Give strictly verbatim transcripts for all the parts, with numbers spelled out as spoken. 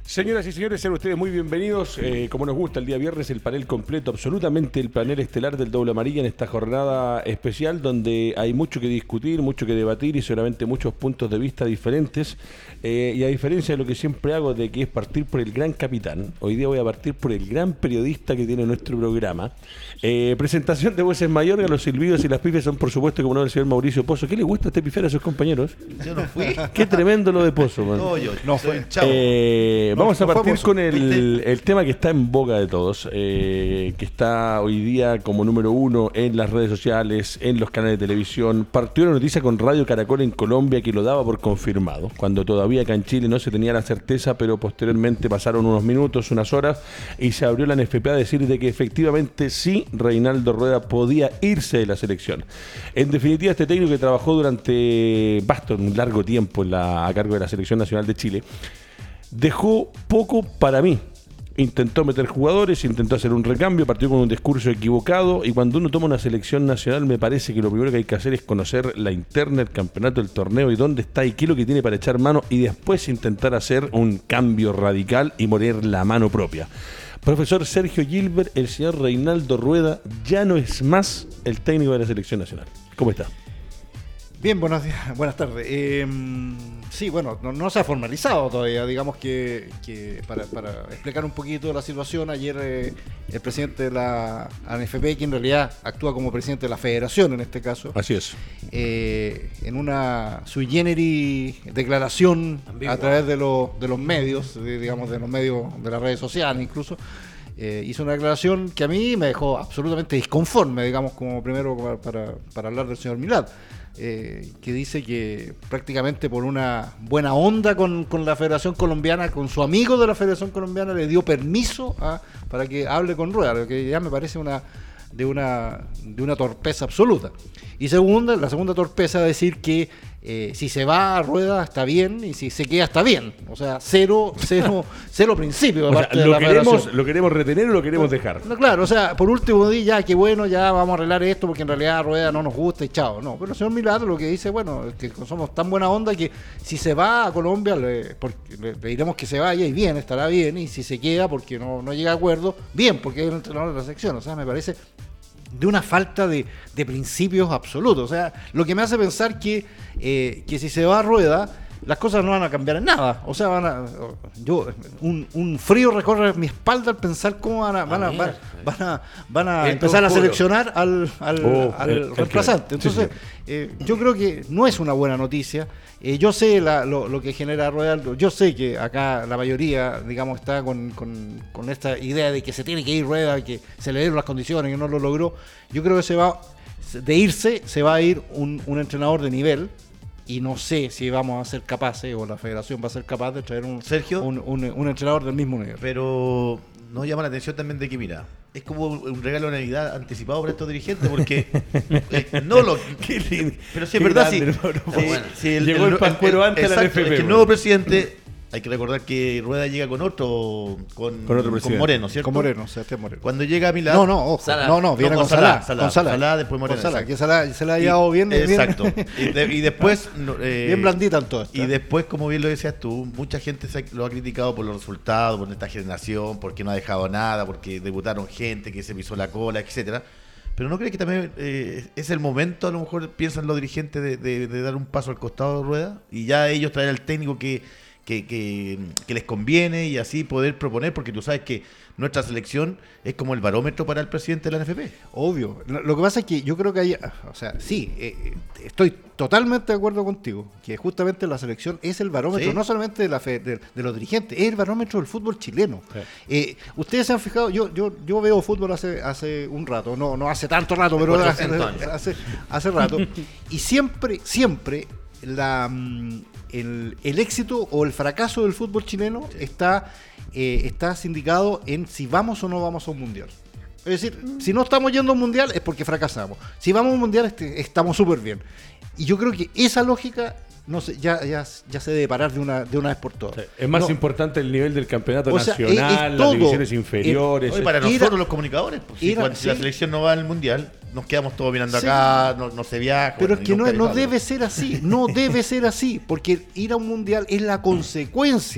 Señoras y señores, sean ustedes muy bienvenidos. Eh, como nos gusta el día viernes, el panel completo, absolutamente el panel estelar del Doble Amarilla en esta jornada especial donde hay mucho que discutir, mucho que debatir y seguramente muchos puntos de vista diferentes. Eh, y a diferencia de lo que siempre hago, de que es partir por el gran capitán, hoy día voy a partir por el gran periodista que tiene nuestro programa. Eh, presentación de voces mayores, los silbidos y las pifes son por supuesto como no el señor Mauricio Pozo. ¿Qué le gusta este pifiar a sus compañeros? Yo no fui. Qué tremendo lo de Pozo, man. No, yo no fue. Chao. Eh, vamos no, a partir no con el, el tema que está en boca de todos, eh, que está hoy día como número uno en las redes sociales, en los canales de televisión. Partió la noticia con Radio Caracol en Colombia que lo daba por confirmado, cuando todavía acá en Chile no se tenía la certeza, pero posteriormente pasaron unos minutos, unas horas, y se abrió la N F P a decir de que efectivamente sí, Reinaldo Rueda podía irse de la selección. En definitiva, este técnico que trabajó durante bastante un largo tiempo en la, a cargo de la Selección Nacional de Chile, dejó poco para mí. Intentó meter jugadores, intentó hacer un recambio, partió con un discurso equivocado, y cuando uno toma una selección nacional me parece que lo primero que hay que hacer es conocer la interna, el campeonato, el torneo y dónde está y qué es lo que tiene para echar mano, y después intentar hacer un cambio radical y morir la mano propia. Profesor Sergio Gilbert, el señor Reinaldo Rueda ya no es más el técnico de la selección nacional. ¿Cómo está? Bien, buenos días, buenas tardes. Eh, sí, bueno, no, no se ha formalizado todavía, digamos que, que para, para explicar un poquito la situación, ayer eh, el presidente de la A N F P, que en realidad actúa como presidente de la federación en este caso. Así es. Eh, en una sui generis declaración ambigua a través de, lo, de los medios, de, digamos de los medios de las redes sociales incluso, Eh, hizo una declaración que a mí me dejó absolutamente disconforme, digamos, como primero para, para, para hablar del señor Milad, eh, que dice que prácticamente por una buena onda con, con la Federación Colombiana, con su amigo de la Federación Colombiana, le dio permiso a, para que hable con Rueda, lo que ya me parece una de una de una torpeza absoluta. Y segunda, la segunda torpeza es decir que eh, si se va a Rueda está bien y si se queda está bien. O sea, cero, cero, cero principio. O sea, lo, queremos, ¿Lo queremos retener o lo queremos dejar? No, claro, o sea, por último día, ya que bueno, ya vamos a arreglar esto porque en realidad Rueda no nos gusta y chao. No, pero el señor Milad lo que dice, bueno, es que somos tan buena onda que si se va a Colombia le, porque, le, le diremos que se vaya y bien, estará bien, y si se queda porque no, no llega a acuerdo, bien, porque es el entrenador de la sección. O sea, me parece de una falta de, de principios absolutos. O sea, lo que me hace pensar que, eh, que si se va a Rueda, las cosas no van a cambiar en nada. O sea, van a, yo un, un frío recorre mi espalda al pensar cómo van a, van a, van, van a, van a empezar a seleccionar al, al, oh, al el, reemplazante. Entonces, sí, sí. Eh, yo creo que no es una buena noticia. Eh, yo sé la, lo, lo que genera Rueda, yo sé que acá la mayoría, digamos, está con, con, con esta idea de que se tiene que ir Rueda, que se le dieron las condiciones y no lo logró. Yo creo que se va, de irse, se va a ir un, un entrenador de nivel, y no sé si vamos a ser capaces, o la federación va a ser capaz de traer un, Sergio, un, un, un entrenador del mismo nivel. Pero nos llama la atención también de que, mira, es como un regalo de Navidad anticipado para estos dirigentes, porque eh, no lo... pero sí es verdad, sí, no, no, sí, bueno. sí, el, llegó el, el pancuero antes de la N F P. Es que el nuevo presidente, hay que recordar que Rueda llega con otro, con, con, otro con Moreno, ¿cierto? Con Moreno, Sebastián Moreno. Cuando llega a Milán... No, no, ojo, Sala. no, no, viene no, con, con Salá, Salá, con Salá, Salá, después Moreno. Con Salá, que Salá, se la ha llevado bien. Exacto. Bien. Y, de, y después... Eh, bien blandita en todo esto. Y después, como bien lo decías tú, mucha gente se lo ha criticado por los resultados, por esta generación, porque no ha dejado nada, porque debutaron gente que se pisó la cola, etcétera. Pero ¿no crees que también eh, es el momento, a lo mejor piensan los dirigentes, de, de, de dar un paso al costado de Rueda y ya ellos traer al técnico que, que, que, que les conviene y así poder proponer? Porque tú sabes que nuestra selección es como el barómetro para el presidente de la N F P. Obvio. Lo que pasa es que yo creo que hay, o sea, sí, eh, estoy totalmente de acuerdo contigo, que justamente la selección es el barómetro, ¿sí? No solamente de, la fe, de, de los dirigentes, es el barómetro del fútbol chileno. Sí. Eh, ustedes se han fijado, yo yo yo veo fútbol hace hace un rato, no no hace tanto rato, pero hace, hace, hace rato, y siempre, siempre la... El, el éxito o el fracaso del fútbol chileno sí. está, eh, está sindicado en si vamos o no vamos a un mundial. Es decir, si no estamos yendo a un mundial es porque fracasamos. Si vamos a un mundial este, estamos súper bien. Y yo creo que esa lógica no sé, ya, ya, ya se debe parar de una, de una vez por todas. Sí, es más no. importante el nivel del campeonato o sea, nacional, es, es las divisiones inferiores. Hoy para nosotros los comunicadores, pues, si, cuando, sí. si la selección no va al mundial, nos quedamos todos mirando sí. acá, no, no se viaja. Pero bueno, es que no, no debe ser así, no debe ser así, porque ir a un mundial es la consecuencia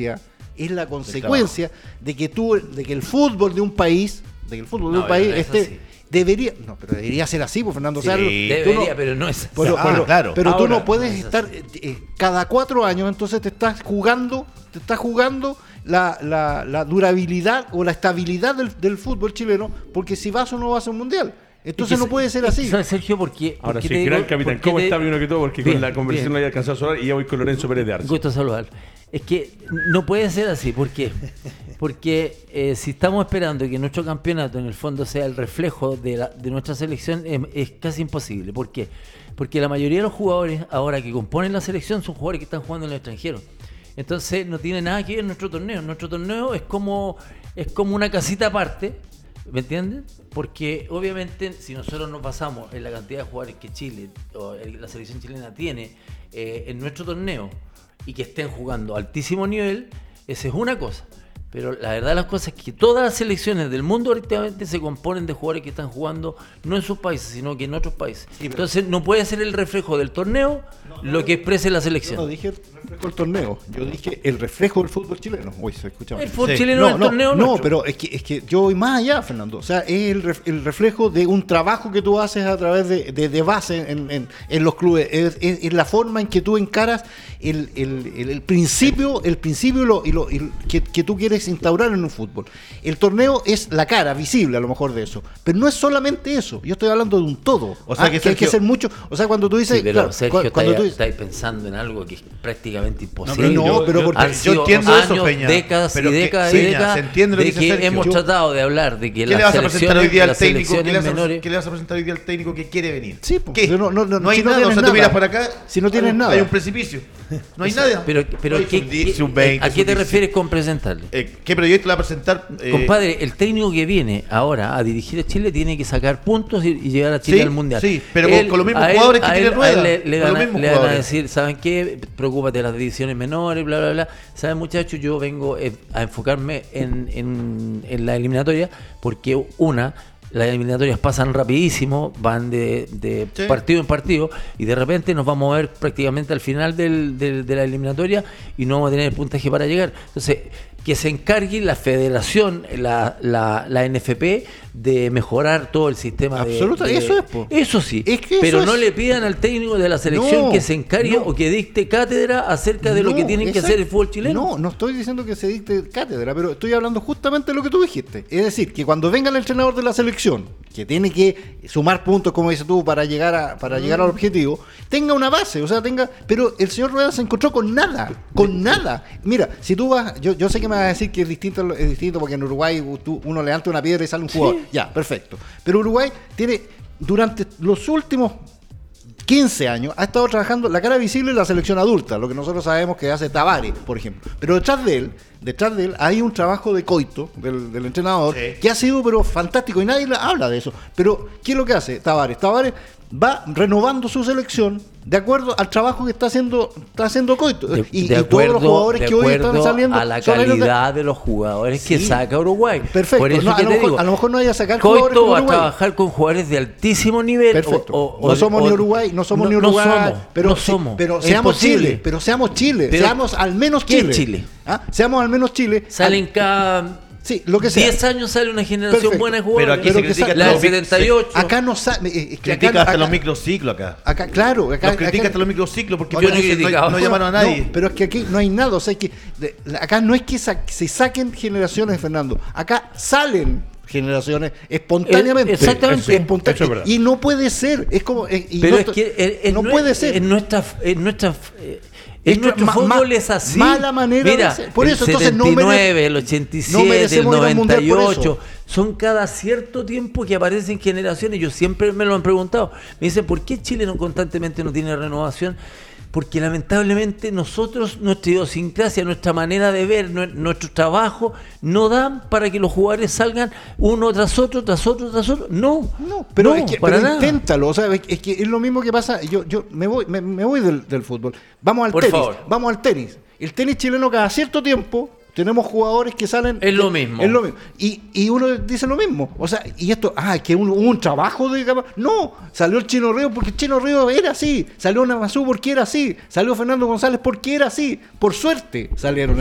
es la consecuencia de que tú, de que el fútbol de un país, de que el fútbol de No, un país pero eso esté, sí. debería, no, pero debería ser así, pues, Fernando. Sí, o sea, tú Debería, no- pero no es así. pero, Ah, pero- claro. pero tú Ahora, no puedes no es estar eh, eh, cada cuatro años, entonces te estás jugando, te estás jugando la, la, la durabilidad o la estabilidad del, del fútbol chileno, porque si vas o no vas a un mundial. Entonces Es que no se- puede ser es que, así. ¿sabes, Sergio? Porque, Ahora porque sí, te gran digo- capitán. porque ¿Cómo te- está primero que todo? Porque Bien, con la conversación bien. no había alcanzado a hablar y ya voy con Lorenzo Pérez de Arce. Gusto saludar. Es que no puede ser así. ¿Por qué? Porque eh, si estamos esperando que nuestro campeonato en el fondo sea el reflejo de, la, de nuestra selección, es, es casi imposible. ¿Por qué? Porque la mayoría de los jugadores ahora que componen la selección son jugadores que están jugando en el extranjero. Entonces no tiene nada que ver nuestro torneo. Nuestro torneo es como, es como una casita aparte. ¿Me entienden? Porque obviamente si nosotros nos basamos en la cantidad de jugadores que Chile o la selección chilena tiene eh, en nuestro torneo y que estén jugando a altísimo nivel, esa es una cosa. Pero la verdad de las cosas es que todas las selecciones del mundo directamente se componen de jugadores que están jugando no en sus países, sino que en otros países. Entonces no puede ser el reflejo del torneo lo que exprese la Yo selección. no dije el reflejo del torneo, yo dije el reflejo del fútbol chileno. Uy, se escucha mal. El fútbol Sí. chileno No, es el no, torneo no, nuestro. pero es que, es que yo voy más allá, Fernando. O sea, es el, ref- el reflejo de un trabajo que tú haces a través de, de, de base en, en, en los clubes. Es, es- es la forma en que tú encaras el, el, el, el principio, el principio y lo, y lo- y lo- que, que tú quieres instaurar en un fútbol. El torneo es la cara visible, a lo mejor, de eso. Pero no es solamente eso. Yo estoy hablando de un todo. O sea, Ah, que que hay que Sergio- ser mucho. O sea, cuando tú dices. Sí, pero claro, Sergio, cu- cuando tú estáis dices- estáis pensando en algo que es prácticamente pero imposible. no, yo- pero yo- porque- Han yo sido entiendo eso, años, Peña, décadas pero y que- décadas y Peña, décadas se entiende lo de que dice que Sergio. hemos Yo- tratado de hablar de que ¿Qué le las vas a presentar hoy selecciones, día al las técnico? ¿Qué le, selecciones vas a, menores... qué le vas a presentar hoy día al técnico que quiere venir? Sí, pues, ¿Qué? yo no- no- no- hay si no nada, tienes o sea, tú nada. miras para acá, Si no tienes hay, nada. hay un precipicio. No hay nada. Pero, pero No hay ¿qué- sub- qué- sub veinte, ¿a qué te sub refieres con presentarle? Eh, ¿Qué proyecto le va a presentar? Eh, Compadre, el técnico que viene ahora a dirigir a Chile tiene que sacar puntos y, y llegar a Chile Sí, al Mundial. sí, pero con- con los mismos a jugadores que a tiene a Rueda, le, le con los van, a, mismos le van a jugadores. decir, ¿saben qué? Preocúpate de las divisiones menores, bla, bla, bla. ¿Saben, muchachos? Yo vengo eh, a enfocarme en, en, en la eliminatoria porque, una, las eliminatorias pasan rapidísimo, van de, de Sí. partido en partido y de repente nos vamos a ver prácticamente al final del, del- de la eliminatoria y no vamos a tener el puntaje para llegar. Entonces, que se encargue la federación, la, la, la N F P, de mejorar todo el sistema de- Absoluta, de... eso es, po. Eso sí, Es que eso pero no es. le pidan al técnico de la selección No, que se encargue no. o que dicte cátedra acerca de lo No, que tienen que exacto. hacer el fútbol chileno. No, no estoy diciendo que se dicte cátedra, pero estoy hablando justamente de lo que tú dijiste. Es decir, que cuando venga el entrenador de la selección, que tiene que sumar puntos, como dices tú, para llegar a, para llegar al objetivo, tenga una base, o sea, tenga. Pero el señor Rueda se encontró con nada, con nada. Mira, si tú vas, yo, yo sé que me vas a decir que es distinto, es distinto porque en Uruguay tú- uno levanta una piedra y sale un jugador. Ya, perfecto. Pero Uruguay tiene, durante los últimos quince años ha estado trabajando la cara visible de la selección adulta, lo que nosotros sabemos que hace Tabárez, por ejemplo. Pero detrás de él, detrás de él hay un trabajo de coito del, del entrenador Sí. que ha sido pero fantástico y nadie la- habla de eso. Pero ¿qué es lo que hace Tabárez? Tabárez va renovando su selección de acuerdo al trabajo que está haciendo está haciendo Coito. De, y, de y todos los jugadores de que hoy están acuerdo saliendo a la son ellos de- calidad de... los jugadores que Sí. saca Uruguay. Perfecto. Por eso No, que a, lo te mejor, digo, a lo mejor no vaya a sacar jugadores Coito como va a Uruguay. trabajar con jugadores de altísimo nivel. Perfecto. o- o- no o- somos o- ni Uruguay, no somos no- ni Uruguay. No somos, pero no sí, somos. pero Es seamos imposible. Chile, pero seamos Chile, Pero- seamos al menos ¿Qué es Chile. Chile? ¿Ah? Seamos al menos Chile. Salen Al- cada Sí, lo que sea. diez años sale una generación Perfecto. buena de jugadores. Pero aquí Pero se que critica sa- la del hasta los mic- setenta y ocho. Acá no sabe. Es que critica acá, hasta acá- los microciclos acá. acá, claro. Acá, Los critica acá- hasta los microciclos porque Yo no he parece que no, criticado. no llamaron a nadie. No, pero es que aquí no hay nada. O sea, que de- acá no es que sa- se saquen generaciones, Fernando. Acá salen generaciones espontáneamente. Eh, exactamente. Espontá- Eso es verdad. Y no puede ser. Es como. eh, y Pero no es to- que en, en no nue- puede ser. En nuestra, en nuestra, eh, en Es que nuestro ma- fútbol ma- es así. mala manera de Mira, ser. Por el eso, entonces, no setenta y nueve, mere- el no ochenta y siete, el merecemos ir a un mundial noventa y por ocho, eso. son cada cierto tiempo que aparecen generaciones. Yo siempre me lo han preguntado. Me dicen, ¿por qué Chile no constantemente no tiene renovación? Porque lamentablemente nosotros, nuestra idiosincrasia, nuestra manera de ver, nue- nuestro trabajo, no dan para que los jugadores salgan uno tras otro, tras otro, tras otro. No, No, pero, no, es que, para pero nada. inténtalo, o sea, es es que es lo mismo que pasa, yo, yo me voy, me, me voy del, del fútbol. Vamos al Por tenis, favor. vamos al tenis. El tenis chileno cada cierto tiempo tenemos jugadores que salen. Es lo que- mismo. Es lo mismo. Y, y uno dice lo mismo. O sea, y esto, ah, que un, un trabajo de capa- no, salió el Chino Río porque el Chino Río era así, salió Namazú porque era así, salió Fernando González porque era así, por suerte salieron. Suerte.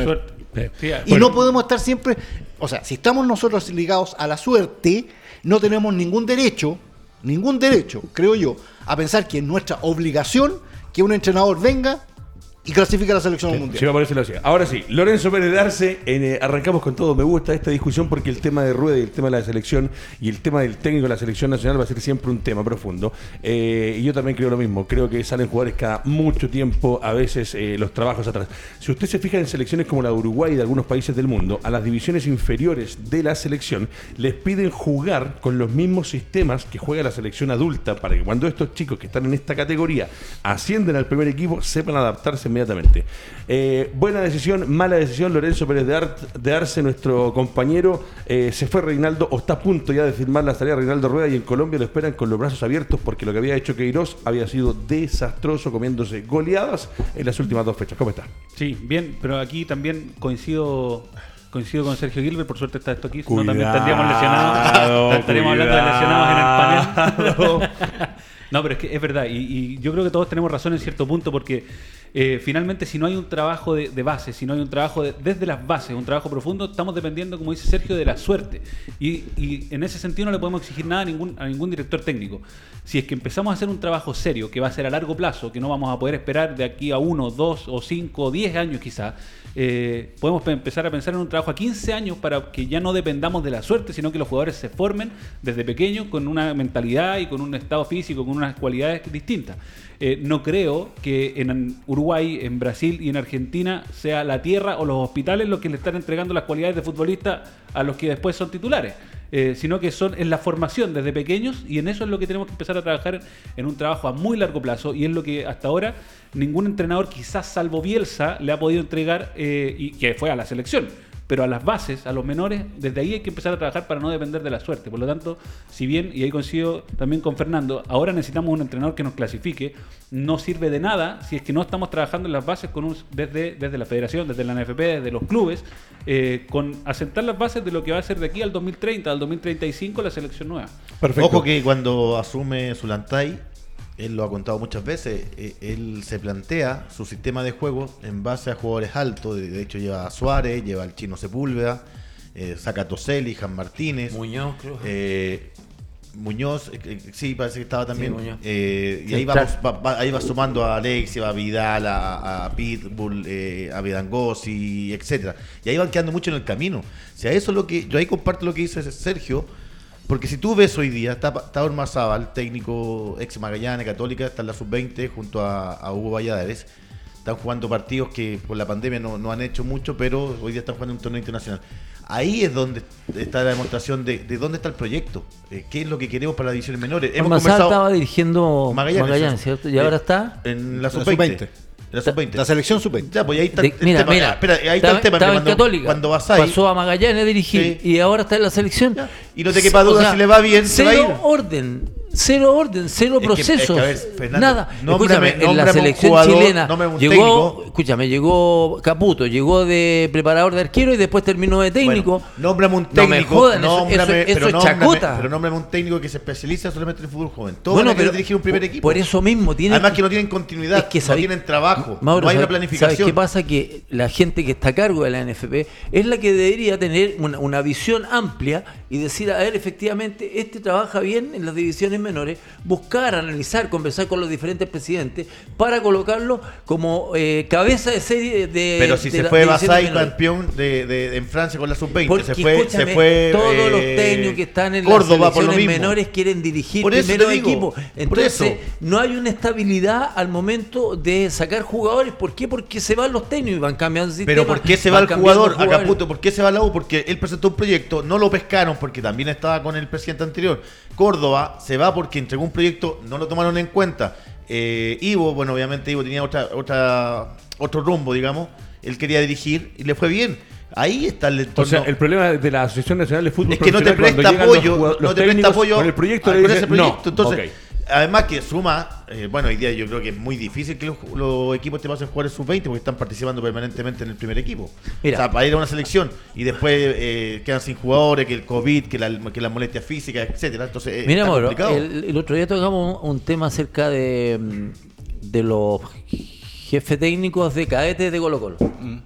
Sí, Y bueno. no podemos estar siempre, o sea, si estamos nosotros ligados a la suerte, no tenemos ningún derecho, ningún derecho, creo yo, a pensar que es nuestra obligación que un entrenador venga y clasifique a la selección mundial. Sí, me parece lo hacía. Ahora sí, Lorenzo Pérez de Arce, en, eh, arrancamos con todo. Me gusta esta discusión porque el tema de Rueda y el tema de la selección y el tema del técnico de la selección nacional va a ser siempre un tema profundo. Eh, y yo también creo lo mismo. Creo que salen jugadores cada mucho tiempo, a veces eh, los trabajos atrás. Si usted se fija en selecciones como la de Uruguay y de algunos países del mundo, a las divisiones inferiores de la selección les piden jugar con los mismos sistemas que juega la selección adulta para que cuando estos chicos que están en esta categoría ascienden al primer equipo, sepan adaptarse inmediatamente. Eh, buena decisión, mala decisión. Lorenzo Pérez de, Art, de Arce, nuestro compañero, eh, se fue Reinaldo, o está a punto ya de firmar la salida de Reinaldo Rueda, y en Colombia lo esperan con los brazos abiertos porque lo que había hecho Queiroz había sido desastroso, comiéndose goleadas en las últimas dos fechas. ¿Cómo está? Sí, bien, pero aquí también coincido coincido con Sergio Gilbert, por suerte está esto aquí, Cuidado, no también estaríamos lesionados, estaríamos hablando de lesionados en el panel. No, pero es que es verdad, y, y yo creo que todos tenemos razón en cierto punto, porque eh, finalmente si no hay un trabajo de, de base, si no hay un trabajo de, desde las bases, un trabajo profundo, estamos dependiendo, como dice Sergio, de la suerte. Y, y en ese sentido no le podemos exigir nada a ningún, a ningún director técnico. Si es que empezamos a hacer un trabajo serio, que va a ser a largo plazo, que no vamos a poder esperar de aquí a uno, dos o cinco o diez años quizás, eh, podemos empezar a pensar en un trabajo a quince años para que ya no dependamos de la suerte, sino que los jugadores se formen desde pequeños con una mentalidad y con un estado físico, con unas cualidades distintas. Eh, no creo que en Uruguay, en Brasil y en Argentina sea la tierra o los hospitales los que le están entregando las cualidades de futbolista a los que después son titulares, eh, sino que son en la formación desde pequeños, y en eso es lo que tenemos que empezar a trabajar en un trabajo a muy largo plazo, y es lo que hasta ahora ningún entrenador, quizás salvo Bielsa, le ha podido entregar, eh, y que fue a la selección. Pero a las bases, a los menores, desde ahí hay que empezar a trabajar para no depender de la suerte. Por lo tanto, si bien, y ahí coincido también con Fernando, ahora necesitamos un entrenador que nos clasifique, no sirve de nada si es que no estamos trabajando en las bases con un, desde, desde la federación, desde la N F P, desde los clubes, eh, con asentar las bases de lo que va a ser de aquí al dos mil treinta, al dos mil treinta y cinco la selección nueva. Perfecto. Ojo que cuando asume Zulantay, él lo ha contado muchas veces, eh, él se plantea su sistema de juego en base a jugadores altos. De, de hecho lleva a Suárez, lleva al Chino Sepúlveda, eh, saca a Toselli, Jan Martínez, Muñoz, creo. eh, Muñoz, eh, eh, sí, parece que estaba también. Sí, Muñoz. Eh, y ahí, Central. vamos, va, va- ahí va sumando a Alexia, a Vidal, a, a Pitbull, eh, a Vidangosi, etcétera. Y ahí van quedando mucho en el camino. O sea, eso es lo que yo ahí comparto lo que dice Sergio. Porque si tú ves hoy día, está, está Ormazábal, técnico ex Magallanes, Católica, está en la sub veinte junto a, a Hugo Valladares. Están jugando partidos que por la pandemia no, no han hecho mucho, pero hoy día están jugando un torneo internacional. Ahí es donde está la demostración de, de dónde está el proyecto, eh, qué es lo que queremos para las divisiones menores. Hemos Ormazábal conversado estaba dirigiendo Magallanes, Magallanes, ¿cierto? ¿cierto? Y ahora Eh, está... en la La sub sub veinte. veinte. La sub veinte. La selección sub veinte. Ya, pues ahí está De- el, el mira, tema. mira, Espera, ahí está estaba, el tema. estaba que en cuando, Católica, cuando vas ahí, pasó a Magallanes a dirigir, Sí. y ahora está en la selección. Ya. Y no te quepa duda, O sea, si le va bien, se va a ir. cero orden, cero orden, cero Es que- procesos, es que, a ver, Fernando, nada. nómbrame- Escúchame, en la nómbrame un selección jugador, chilena nómbrame un llegó, técnico. escúchame, llegó Caputo, llegó de preparador de arquero y después terminó de técnico. Bueno, nómbrame un No técnico. me jodan, eso- nómbrame- eso- eso pero es nómbrame- chacota. Pero nómbrame un técnico que se especializa solamente en el fútbol joven. Todos Bueno, van a querer pero dirigir un primer por- equipo. por eso mismo tiene Además que no tienen continuidad, Es que no sabéis- tienen trabajo, Mauro, no hay una ¿sabes- planificación. ¿Sabes qué pasa? Que la gente que está a cargo de la N F P es la que debería tener una, una visión amplia y decir, a ver, efectivamente, este trabaja bien en las divisiones menores, buscar, analizar, conversar con los diferentes presidentes para colocarlo como eh, cabeza de serie de Pero si de se las fue divisiones Basay menores. campeón de, de, en Francia con la sub veinte, Porque, se fue, se escúchame, fue todos eh, los técnicos que están en Córdoba las por lo selecciones mismo. menores quieren dirigir Por eso primero te digo, equipos. por Entonces, eso. no hay una estabilidad al momento de sacar jugadores. ¿Por qué? Porque se van los técnicos y van cambiando de sistema. Pero ¿por qué se va van el cambiando jugador a jugadores. Caputo? ¿Por qué se va a la U? Porque él presentó un proyecto, no lo pescaron porque también estaba con el presidente anterior. Córdoba se va porque entregó un proyecto, no lo tomaron en cuenta. Eh, Ivo, bueno, obviamente Ivo tenía otra, otra, otro rumbo, digamos. Él quería dirigir y le fue bien. Ahí está el O entorno. sea, el problema de la Asociación Nacional de Fútbol Es que no te Profesional, presta cuando llegan los apoyo, jugado- no los te presta técnicos apoyo con el proyecto, a- le con dicen, ese proyecto. no. Entonces, Ok. además que suma, eh, bueno, hoy día yo creo que es muy difícil que los, los equipos te pasen a jugar en sub veinte porque están participando permanentemente en el primer equipo. Mira. O sea, para ir a una selección y después eh, quedan sin jugadores, que el COVID, que la, que las molestias físicas, etcétera. Entonces, eh, Mira, está Mauro, complicado. el, el otro día tocamos un, un tema acerca de, mm, de los jefes técnicos de cadetes de Colo Colo.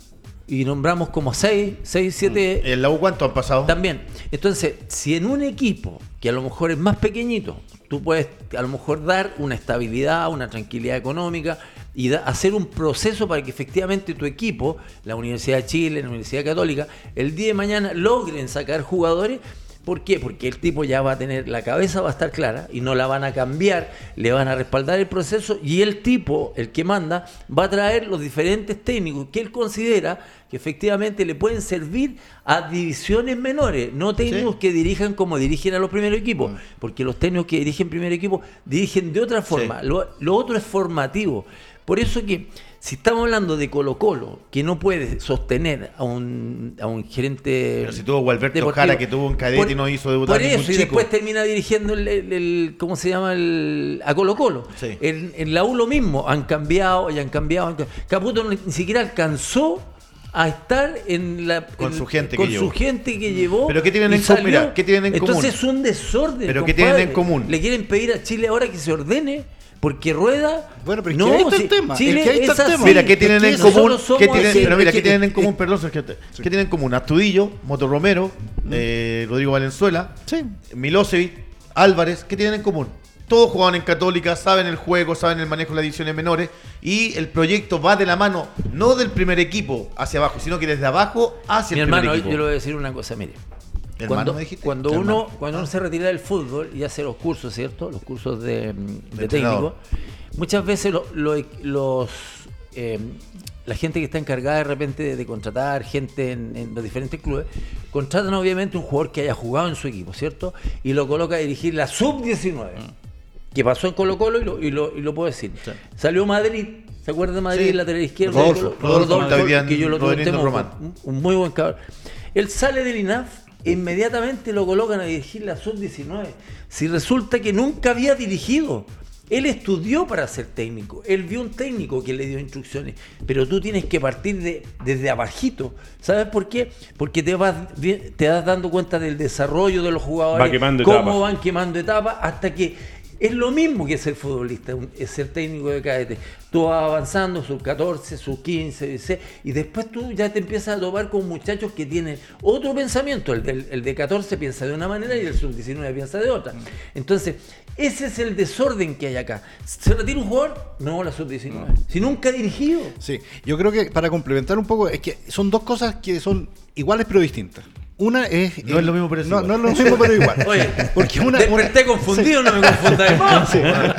y nombramos como seis, seis, siete. ¿En la U cuánto han pasado? También. Entonces, si en un equipo que a lo mejor es más pequeñito, tú puedes a lo mejor dar una estabilidad, una tranquilidad económica y da, hacer un proceso para que efectivamente tu equipo, la Universidad de Chile, la Universidad Católica, el día de mañana logren sacar jugadores. ¿Por qué? Porque el tipo ya va a tener, la cabeza va a estar clara y no la van a cambiar, le van a respaldar el proceso y el tipo, el que manda, va a traer los diferentes técnicos que él considera que efectivamente le pueden servir a divisiones menores, no técnicos sí. que dirijan como dirigen a los primeros equipos, mm. porque los técnicos que dirigen primer equipo dirigen de otra forma, sí. lo, lo otro es formativo. Por eso que si estamos hablando de Colo-Colo, que no puede sostener a un, a un gerente. Pero si tuvo Gualberto Jara, que tuvo un cadete por, y no hizo debutar por eso, ningún y chico. Después termina dirigiendo el, el, el ¿cómo se llama? El, a Colo-Colo. Sí. En, en la U lo mismo, han cambiado y han cambiado. Han cambiado. Caputo ni siquiera alcanzó a estar en la con en, su gente con que su llevó. gente que llevó. Pero ¿qué tienen en común? Mira, ¿qué tienen en común? Entonces es un desorden. Pero compadre. ¿qué tienen en común? Le quieren pedir a Chile ahora que se ordene. Porque Rueda. Bueno, pero es no, que ahí está si, el tema. Chile es que ahí está es el así. tema. Mira, ¿qué tienen en común? ¿Qué tienen, así. pero mira, ¿qué Es que- tienen en es- común? Perdón, Sergio, ¿qué tienen en común? Astudillo, Moto Romero, eh, Rodrigo Valenzuela, Sí. Milosevic, Álvarez, ¿qué tienen en común? Todos jugaban en Católica, saben el juego, saben el manejo de las divisiones menores y el proyecto va de la mano, no del primer equipo hacia abajo, sino que desde abajo hacia Mi el primer hermano, equipo. yo le voy a decir una cosa, mire. ¿Hermano Cuando, me dijiste? cuando Tu uno hermano. cuando uno Ah. se retira del fútbol y hace los cursos, ¿cierto? Los cursos de, de entrenador. técnico, muchas veces lo- lo- los eh, la gente que está encargada de repente de, de contratar gente en, en los diferentes clubes, contratan obviamente un jugador que haya jugado en su equipo, ¿cierto? Y lo coloca a dirigir la sub diecinueve, que pasó en Colo Colo y lo, y lo, y lo puedo decir. Sí. Salió Madrid, ¿se acuerda de Madrid? Sí. Lateral izquierdo. Rodolfo, de Colo- Rodolfo, está hoy día en que yo lo tuve en Rodrigo Temuco, Román. un, un muy buen cabrón. Él sale del I N A F e inmediatamente lo colocan a dirigir la sub diecinueve. Si resulta que nunca había dirigido. Él estudió para ser técnico, él vio un técnico que le dio instrucciones, pero tú tienes que partir de, desde abajito. ¿Sabes por qué? Porque te vas vi- te vas dando cuenta del desarrollo de los jugadores, Va quemando cómo etapas. van quemando etapas, hasta que es lo mismo que ser futbolista, un- es ser técnico de cadete. Tú vas avanzando, sub catorce, sub quince, dieciséis, y después tú ya te empiezas a topar con muchachos que tienen otro pensamiento. El, del, el de catorce piensa de una manera y el sub diecinueve piensa de otra. Entonces, ese es el desorden que hay acá. ¿Se retira un jugador? No, la sub diecinueve. Si nunca ha dirigido. Sí, yo creo que para complementar un poco, es que son dos cosas que son iguales pero distintas. Una es. No es lo mismo, pero es no, igual. no es lo mismo, pero igual. Oye, porque una. desperté una- confundido, no me confundáis más.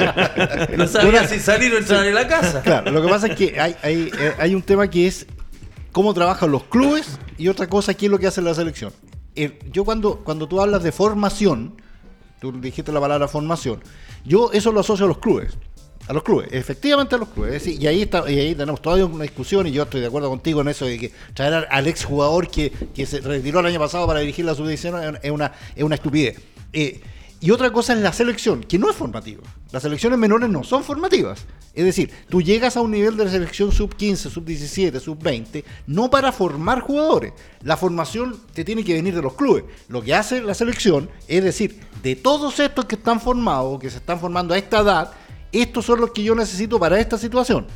No sabía si salir o entrar en la casa. Claro, lo que pasa es que hay, hay, eh, hay un tema que es cómo trabajan los clubes y otra cosa qué es lo que hace la selección. Eh, yo cuando, cuando tú hablas de formación, tú dijiste la palabra formación, yo eso lo asocio a los clubes. A los clubes, efectivamente a los clubes. Es decir, y ahí está, y ahí tenemos todavía una discusión, y yo estoy de acuerdo contigo en eso de que traer al, al exjugador que, que se retiró el año pasado para dirigir la sub diecinueve es una, es una estupidez. Eh, y otra cosa es la selección, que no es formativa. Las selecciones menores no son formativas. Es decir, tú llegas a un nivel de selección sub quince, sub diecisiete, sub veinte, no para formar jugadores. La formación te tiene que venir de los clubes. Lo que hace la selección es decir, de todos estos que están formados, que se están formando a esta edad, estos son los que yo necesito para esta situación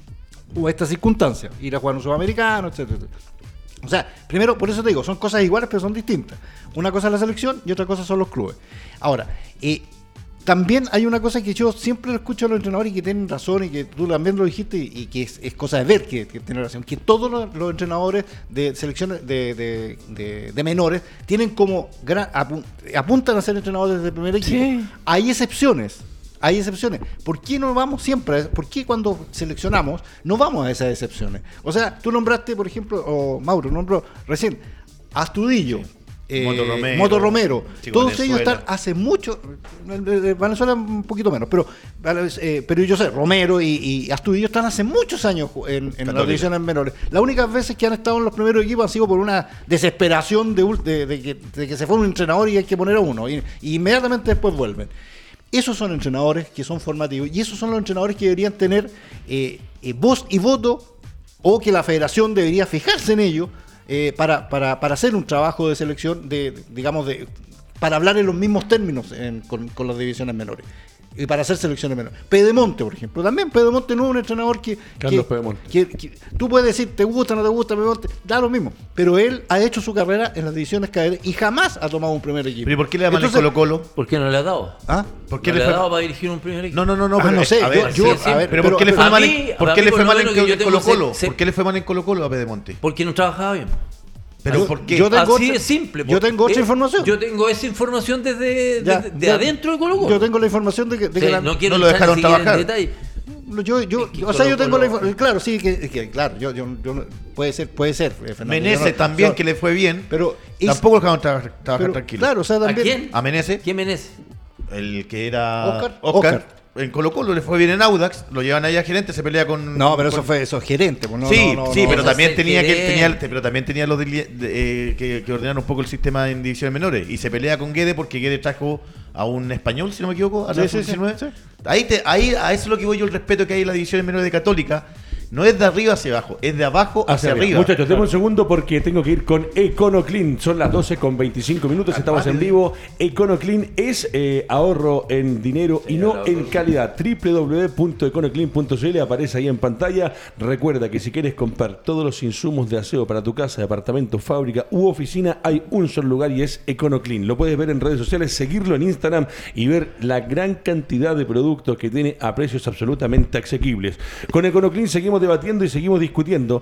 o esta circunstancia, ir a jugar un sudamericano, etcétera, etcétera. O sea, primero, por eso te digo, son cosas iguales pero son distintas. Una cosa es la selección y otra cosa son los clubes. Ahora, eh, también hay una cosa que yo siempre lo escucho a los entrenadores y que tienen razón y que tú también lo dijiste y, y que es, es cosa de ver que, que tienen razón, que todos los, los entrenadores de selecciones de, de, de, de menores tienen como gran, apu- apuntan a ser entrenadores de primer equipo. Sí. Hay excepciones. Hay excepciones. ¿Por qué no vamos siempre? ¿Por qué cuando seleccionamos no vamos a esas excepciones? O sea, tú nombraste, por ejemplo, o Mauro nombró recién Astudillo, eh, Moto Romero, Moto Romero. Chico Todos ellos Valenzuela. están hace mucho, eh, Venezuela un poquito menos, pero eh, pero yo sé, Romero y, y Astudillo están hace muchos años en, en las Católica. divisiones menores. Las únicas veces que han estado en los primeros equipos han sido por una desesperación de, ul- de, de que, de que se fue un entrenador y hay que poner a uno, y, y inmediatamente después vuelven. Esos son entrenadores que son formativos y esos son los entrenadores que deberían tener eh, eh, voz y voto, o que la federación debería fijarse en ello eh, para, para, para hacer un trabajo de selección, de, digamos, de para hablar en los mismos términos en- con, con las divisiones menores. y para hacer selecciones menores. Pedemonte, por ejemplo, también Pedemonte no es un entrenador que, Carlos que, Pedemonte. que, que tú puedes decir te gusta, no te gusta Pedemonte, da lo mismo, pero él ha hecho su carrera en las divisiones cadetes y jamás ha tomado un primer equipo. ¿Pero y por qué le llaman el Entonces, Colo-Colo? ¿Por qué no le ha dado? ¿Ah? ¿Por qué ¿No le le fue ha dado para dirigir un primer equipo? No, no, no, no, Ah, pero, no sé, a ver, yo- yo- a ver, pero, pero- ¿por qué le fue a mal mí- en, ¿por a qué mí le por fue lo mal menos en que yo tengo Colo-Colo? se- se- ¿Por qué le fue mal en Colo-Colo a Pedemonte? Porque no trabajaba bien. Pero Yo- ¿por qué? yo tengo Así otra- es simple. yo porque- tengo otra eh, información. Yo tengo esa información desde, Ya, desde- de ya. adentro de Colo Colo. Yo tengo la información de que, de Sí, que la- no quiero no lo entrar dejaron ni siquiera en trabajar. detalle. yo, yo, Es que o sea, yo Colo- tengo la Colo- información, claro, sí, que, que claro, yo, yo, yo no- puede ser, puede ser. eh, Fernando, Menezes yo no- también, yo- que le fue bien, pero es- tampoco lo dejaron tra- trabajar pero, tranquilo. claro, o sea, ¿A también. quién? A Menezes, ¿Quién Menezes? el que era Oscar. Oscar, Oscar. en Colo-Colo le fue bien en Audax, lo llevan ahí a gerente, se pelea con... No, pero eso con- fue eso es gerente, pues, no, sí, no, no, sí, no, pero no, también no, tenía que gerente. tenía, pero también tenía los dili- de- eh, que, que ordenaron un poco el sistema en divisiones menores y se pelea con Guede porque Guede trajo a un español, si no me equivoco, a la Sí, sí, sí, diecinueve. sí. Ahí te, ahí a eso es lo que voy yo, el respeto que hay en las divisiones menores de Católica. No es de arriba hacia abajo, es de abajo hacia, arriba. Muchachos, denme un segundo porque tengo que ir con EconoClean. Son las doce con veinticinco minutos, estamos en vivo. EconoClean es eh, ahorro en dinero y no en calidad. doble u doble u doble u punto econoclean punto c l aparece ahí en pantalla. Recuerda que si quieres comprar todos los insumos de aseo para tu casa, departamento, fábrica u oficina, hay un solo lugar y es EconoClean. Lo puedes ver en redes sociales, seguirlo en Instagram y ver la gran cantidad de productos que tiene a precios absolutamente asequibles. Con EconoClean seguimos debatiendo y seguimos discutiendo.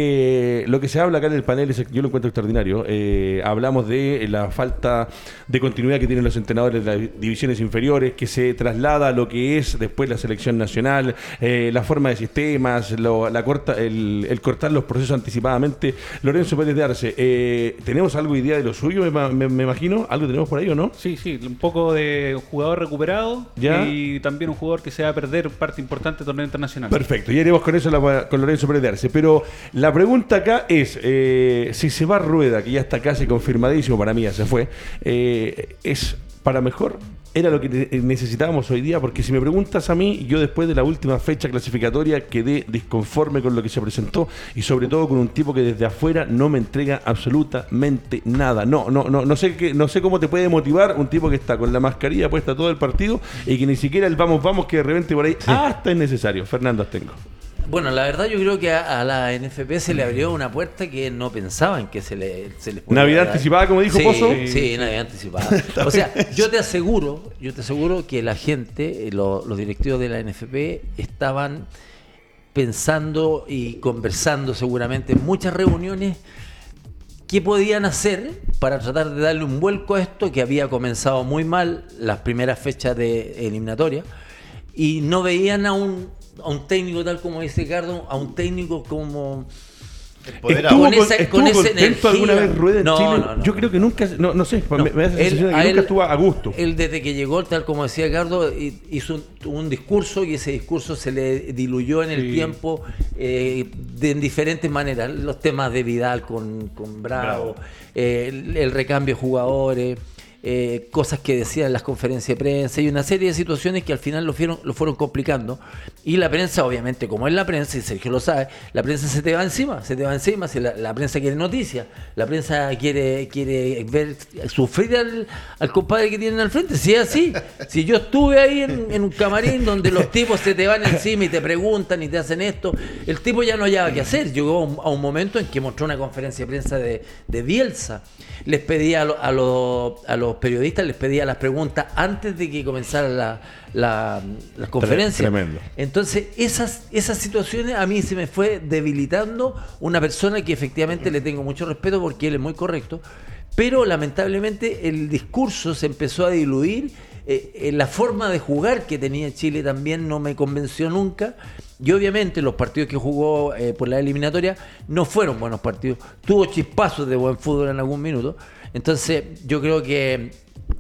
Eh, lo que se habla acá en el panel, es, yo lo encuentro extraordinario. Eh, hablamos de la falta de continuidad que tienen los entrenadores de las divisiones inferiores, que se traslada a lo que es después la selección nacional, eh, la forma de sistemas, lo, la corta, el, el cortar los procesos anticipadamente. Lorenzo Pérez de Arce, eh, ¿tenemos algo idea de lo suyo, me, me, me imagino? ¿Algo tenemos por ahí o no? Sí, sí, un poco de jugador recuperado Ya. y también un jugador que se va a perder parte importante del torneo internacional. Perfecto, ya iremos con eso la- con Lorenzo Pérez de Arce. Pero la pregunta acá es, eh, si se va Rueda, que ya está casi confirmadísimo, para mí ya se fue, eh, ¿es para mejor? ¿Era lo que ne- necesitábamos hoy día? Porque si me preguntas a mí, yo después de la última fecha clasificatoria quedé disconforme con lo que se presentó y sobre todo con un tipo que desde afuera no me entrega absolutamente nada. No, no, no, no sé qué, no sé cómo te puede motivar un tipo que está con la mascarilla puesta todo el partido y que ni siquiera el vamos, vamos, que de repente por ahí hasta es necesario. Fernando Astengo. Bueno, la verdad yo creo que a, a la N F P se le abrió una puerta que no pensaban que se le se les podía Navidad dar. anticipada, como dijo Sí, Pozo. Sí, Navidad anticipada. O sea, yo te aseguro, yo te aseguro que la gente, eh, lo- los directivos de la N F P estaban pensando y conversando seguramente en muchas reuniones qué podían hacer para tratar de darle un vuelco a esto que había comenzado muy mal las primeras fechas de eliminatoria y no veían a un, a un técnico tal como dice Ricardo, a un técnico como... Empoderado. ¿Estuvo, Con con- esa- estuvo con esa contento energía? alguna vez Rueda en No, Chile? no, no. Yo creo que nunca, no, no sé, No, me, me da la él- sensación de a que él- nunca estuvo a gusto. Él desde que llegó, tal como decía Ricardo, hi- hizo un, un discurso y ese discurso se le diluyó en el Sí. tiempo eh, de, en diferentes maneras. Los temas de Vidal con, con Bravo, Bravo. eh, el, el recambio de jugadores, eh, cosas que decía en las conferencias de prensa y una serie de situaciones que al final lo fueron, lo fueron complicando. Y la prensa, obviamente, como es la prensa, y Sergio lo sabe, la prensa se te va encima, se te va encima, si la, la prensa quiere noticias, la prensa quiere, quiere ver sufrir al, al compadre que tienen al frente. Si es así, si yo estuve ahí en, en un camarín donde los tipos se te van encima y te preguntan y te hacen esto, el tipo ya no hallaba qué hacer. Llegó a un, a un momento en que mostró una conferencia de prensa de, de Bielsa. Les pedía a, lo- a, los, a los periodistas, les pedía las preguntas antes de que comenzara la, la, la conferencia. Tremendo. Entonces, esas, esas situaciones a mí se me fue debilitando una persona que efectivamente le tengo mucho respeto porque él es muy correcto, pero lamentablemente el discurso se empezó a diluir, eh, eh, la forma de jugar que tenía Chile también no me convenció nunca, y obviamente los partidos que jugó eh, por la eliminatoria no fueron buenos partidos, tuvo chispazos de buen fútbol en algún minuto, entonces yo creo que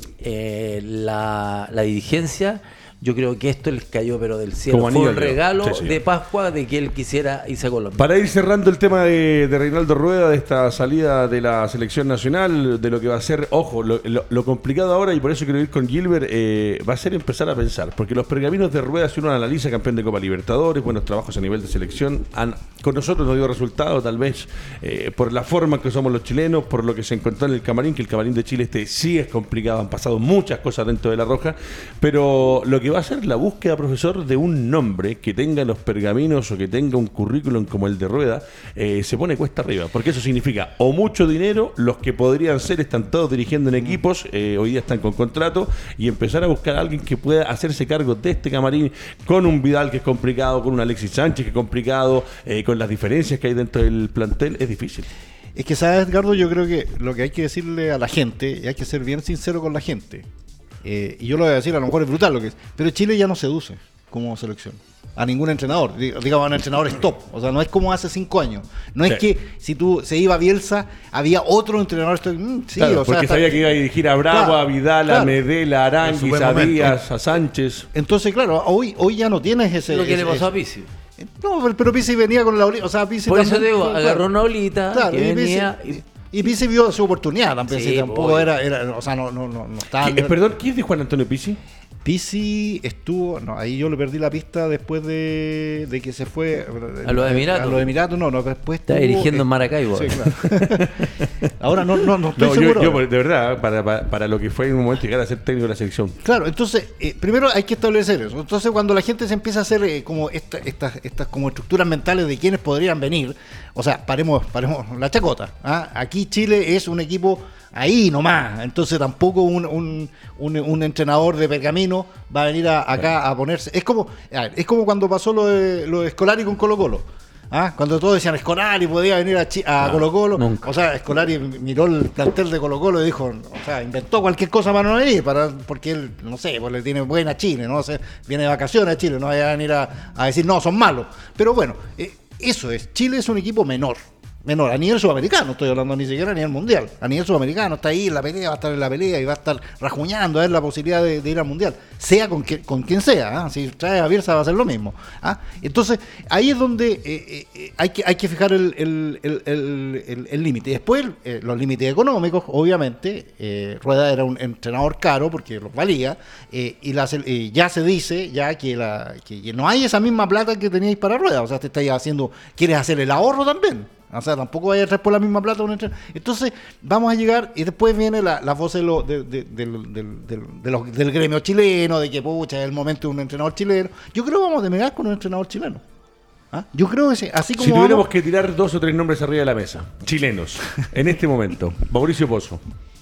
eh, la, la dirigencia, yo creo que esto les cayó pero del cielo, Como fue anillo un al dedo. regalo Sí, señor. de Pascua de que él quisiera irse a Colombia. Para ir cerrando el tema de, de Reinaldo Rueda, de esta salida de la selección nacional, de lo que va a ser, ojo, lo, lo- lo complicado ahora, y por eso quiero ir con Gilbert, eh, va a ser empezar a pensar, porque los pergaminos de Rueda, si uno analiza, campeón de Copa Libertadores, buenos trabajos a nivel de selección, han, con nosotros no dio resultado, tal vez eh, por la forma que somos los chilenos, por lo que se encontró en el camarín, que el camarín de Chile este sí es complicado, han pasado muchas cosas dentro de la Roja, pero lo que que va a ser la búsqueda, profesor, de un nombre que tenga los pergaminos o que tenga un currículum como el de Rueda, eh, se pone cuesta arriba, porque eso significa o mucho dinero, los que podrían ser están todos dirigiendo en equipos, eh, hoy día están con contrato, y empezar a buscar a alguien que pueda hacerse cargo de este camarín con un Vidal que es complicado, con un Alexis Sánchez que es complicado, eh, con las diferencias que hay dentro del plantel, es difícil. Es que, ¿sabes, Edgardo? Yo creo que lo que hay que decirle a la gente, y hay que ser bien sincero con la gente, eh, y yo lo voy a decir, a lo mejor es brutal lo que es, pero Chile ya no seduce como selección a ningún entrenador, digamos a entrenadores top, o sea, no es como hace cinco años, no es sí. que si tú se iba a Bielsa, había otro entrenador, mm, sí, claro, o sea, porque está, sabía que iba a dirigir a Bravo, claro, a Vidal, claro. a Medela, a Aranguis, a Díaz, a Sánchez. Entonces, claro, hoy, hoy ya no tienes ese... Lo que ese, le pasó ese. a Pizzi. No, pero Pizzi venía con la olita, o sea, Pizzi por eso también, digo, claro, agarró una olita claro, que y venía... Pizzi, y, y Pizzi vio su oportunidad también, Sí, si tampoco obvio. era, era, o sea, no, no, no, no estaba... ¿Qué, perdón, ¿quién es de Juan Antonio Pizzi? Pizzi estuvo, no, ahí yo le perdí la pista después de, de que se fue a los Emiratos. A los Emiratos, no, no, después está estuvo, dirigiendo eh, en Maracaibo. Sí, claro. Ahora no, no, no estoy No, seguro. yo, yo, de verdad, para, para, para lo que fue en un momento llegar a ser técnico de la selección. Claro, entonces, eh, primero hay que establecer eso. Entonces, cuando la gente se empieza a hacer eh, como estas estas estas como estructuras mentales de quienes podrían venir, o sea, paremos, paremos la chacota. ¿ah? Aquí Chile es un equipo ahí nomás, entonces tampoco un, un, un, un entrenador de pergamino va a venir a, acá a ponerse. Es como, a ver, es como cuando pasó lo de, lo de Scolari con Colo Colo. ¿Ah? Cuando todos decían Scolari podía venir a, Chi- a no, Colo Colo, nunca. o sea, Scolari miró el plantel de Colo Colo y dijo, o sea, inventó cualquier cosa para no venir, para, porque él, no sé, pues le tiene buena a Chile, no sé, viene de vacaciones a Chile, no vaya a venir a, a decir, no, son malos. Pero bueno, eh, eso es, Chile es un equipo menor. Menor, a nivel sudamericano, estoy hablando ni siquiera a nivel mundial. A nivel sudamericano está ahí en la pelea, va a estar en la pelea y va a estar rajuñando a ver la posibilidad de, de ir al mundial, sea con, que, con quien sea. ¿eh? Si trae a Bielsa va a ser lo mismo. ¿eh? Entonces, ahí es donde eh, eh, hay, que, hay que fijar el límite. El, el, el, el, el Después, eh, los límites económicos, obviamente. Eh, Rueda era un entrenador caro porque los valía. Eh, y la, eh, ya se dice ya que, la, que no hay esa misma plata que teníais para Rueda. O sea, te estáis haciendo, quieres hacer el ahorro también. O sea, tampoco vaya a traer por la misma plata un entrenador. Entonces, vamos a llegar, y después viene la, la voz de lo, de, de, de, de, de, de los, del gremio chileno, de que, pucha, es el momento de un entrenador chileno. Yo creo que vamos a terminar con un entrenador chileno. ¿Ah? Yo creo que sí, así como si tuviéramos vamos, que tirar dos o tres nombres arriba de la mesa, chilenos, en este momento, Mauricio Pozo.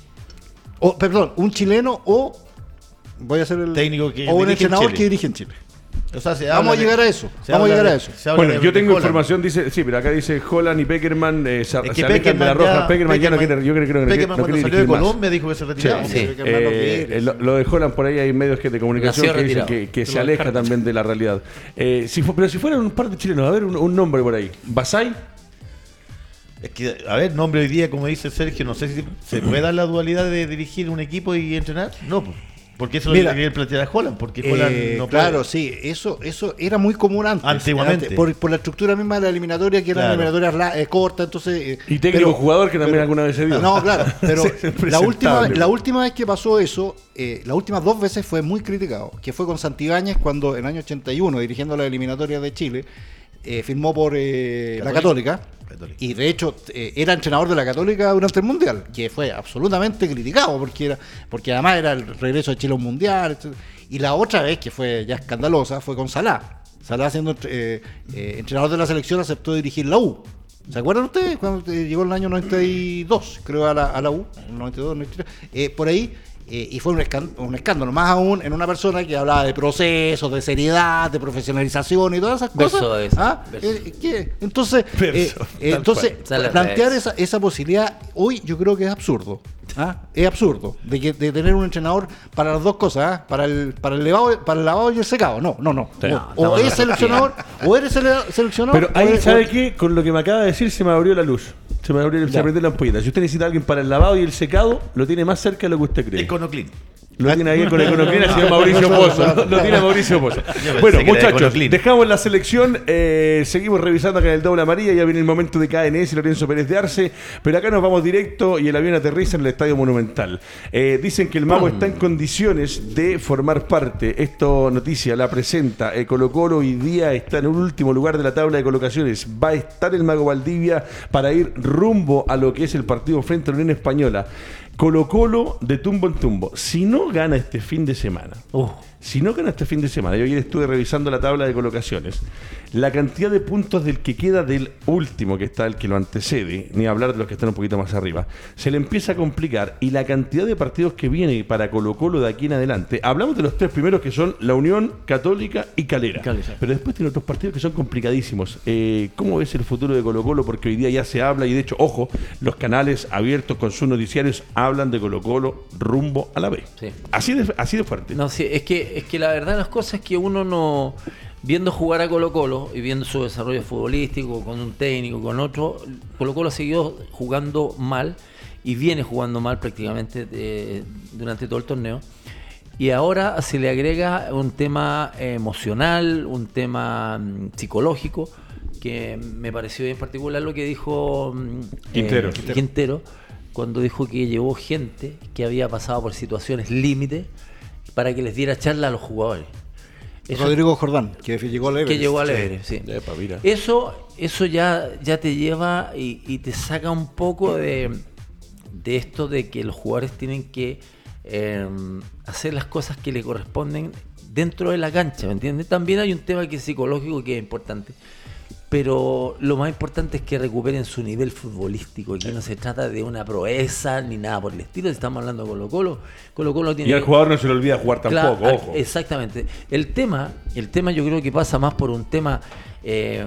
o, perdón, un chileno o, voy a hacer el técnico que o un dirige en entrenador Chile. que dirige en Chile. O sea, se Vamos habla a llegar de- a eso, se vamos a habla llegar de- a eso. se habla Bueno, de- yo de tengo Holland. información, dice, sí, pero acá dice Holland y Peckerman, eh, se, Es se que alejan de la Peckerman roja. ya- Peckerman ya no Peckerman- quiere, yo creo que no, quiere- Peckerman no cuando quiere salió de dirigir más. Colombia dijo que se retiraba. Sí. Sí, que no lo Eh, quiere, lo, sí. lo de Holland por ahí hay medios que de comunicación Nació que dicen retirado. que, que se lo aleja descartan. también de la realidad. Eh, si fu- pero si fueran un par de chilenos, a ver un, un nombre por ahí. ¿Basay? Es que, a ver, nombre hoy día, como dice Sergio, no sé si se puede dar la dualidad de dirigir un equipo y entrenar. No, pues. Porque eso Mira, lo que plantear a Holland, porque Holland Eh, no claro, puede. sí, eso eso era muy común antes. Antiguamente. Antes, por, por la estructura misma de la eliminatoria, que eran Claro. eliminatorias la- eh, cortas, entonces... eh, Y técnico pero- jugador que también pero- alguna vez se dio. No, claro, pero Sí, la, impresentable. última, la última vez que pasó eso, eh, las últimas dos veces fue muy criticado, que fue con Santibáñez cuando en el año ochenta y uno, dirigiendo la eliminatoria de Chile, eh, firmó por eh, la Católica. Católica. Y de hecho eh, era entrenador de la Católica durante el Mundial, que fue absolutamente criticado porque era porque además era el regreso de Chile a un Mundial. etcétera. Y la otra vez, que fue ya escandalosa, fue con Salah. Salah, siendo eh, eh, entrenador de la selección, aceptó dirigir la U. ¿Se acuerdan ustedes? Cuando eh, llegó el año noventa y dos, creo, a la, a la U, noventa y dos, noventa y tres, eh, por ahí. Eh, y fue un escándalo, un escándalo, más aún en una persona que hablaba de procesos, de seriedad, de profesionalización y todas esas Verso cosas. eso, ¿Ah? verso. Eh, ¿qué? Entonces, eh, Verso, eh, tal entonces cual. Sale plantear verso. esa, esa posibilidad hoy yo creo que es absurdo. ¿Ah? Es absurdo de que de tener un entrenador para las dos cosas, ¿ah? para el para el lavado, para el lavado y el secado. No, no, no. Sí. O, No, o estamos es en la seleccionador, o eres sele- seleccionador. Pero o ahí, eres- ¿sabe o- qué? Con lo que me acaba de decir se me abrió la luz. Se me abrió, se Ya. prendió la ampolleta. Si usted necesita a alguien para el lavado y el secado, lo tiene más cerca de lo que usted cree. Econoclean. Lo tiene ahí con Economía, el señor Mauricio Pozo. Lo, lo tiene Mauricio Pozo. pensé Bueno, que era muchachos, Econoclean. dejamos la selección. eh, seguimos revisando acá en el Doble Amarilla. Ya viene el momento de K N S y Lorenzo Pérez de Arce. Pero acá nos vamos directo y el avión aterriza en el Estadio Monumental. Eh, dicen que el Mago está en condiciones de formar parte. Esto, noticia, la presenta. Eh, Colo Colo hoy día está en un último lugar de la tabla de colocaciones. Va a estar el Mago Valdivia para ir rumbo a lo que es el partido frente a la Unión Española. Colo Colo de tumbo en tumbo. Si no gana este fin de semana, Uh, Si no gana este fin de semana, yo ayer estuve revisando la tabla de colocaciones, la cantidad de puntos del que queda del último, que está el que lo antecede, ni hablar de los que están un poquito más arriba, se le empieza a complicar, y la cantidad de partidos que viene para Colo-Colo de aquí en adelante, hablamos de los tres primeros que son la Unión, Católica y Calera, Calera. pero después tiene otros partidos que son complicadísimos. Eh, ¿Cómo ves el futuro de Colo-Colo? Porque hoy día ya se habla, y de hecho, ojo, los canales abiertos con sus noticiarios hablan de Colo-Colo rumbo a la B. Sí. Así de, así de fuerte. No, sí, es que, es que la verdad de las cosas es que uno no, viendo jugar a Colo-Colo y viendo su desarrollo futbolístico con un técnico, con otro, Colo-Colo siguió jugando mal y viene jugando mal prácticamente de, durante todo el torneo. Y ahora se le agrega un tema emocional, un tema mm, psicológico, que me pareció bien particular lo que dijo mm, Quintero. eh, Quintero, cuando dijo que llevó gente que había pasado por situaciones límite para que les diera charla a los jugadores. Eso, Rodrigo Jordán, que llegó al Everest. que llegó al Everest, sí. Epa, mira. Eso, eso ya, ya te lleva y, y te saca un poco de, de esto de que los jugadores tienen que eh, hacer las cosas que le corresponden dentro de la cancha, ¿me entiendes? También hay un tema que es psicológico que es importante. Pero lo más importante es que recuperen su nivel futbolístico. Aquí no se trata de una proeza ni nada por el estilo. Estamos hablando de Colo-Colo. Colo-Colo tiene... Y al jugador no se le olvida jugar tampoco, Claro, ojo. Exactamente. El tema, el tema yo creo que pasa más por un tema eh,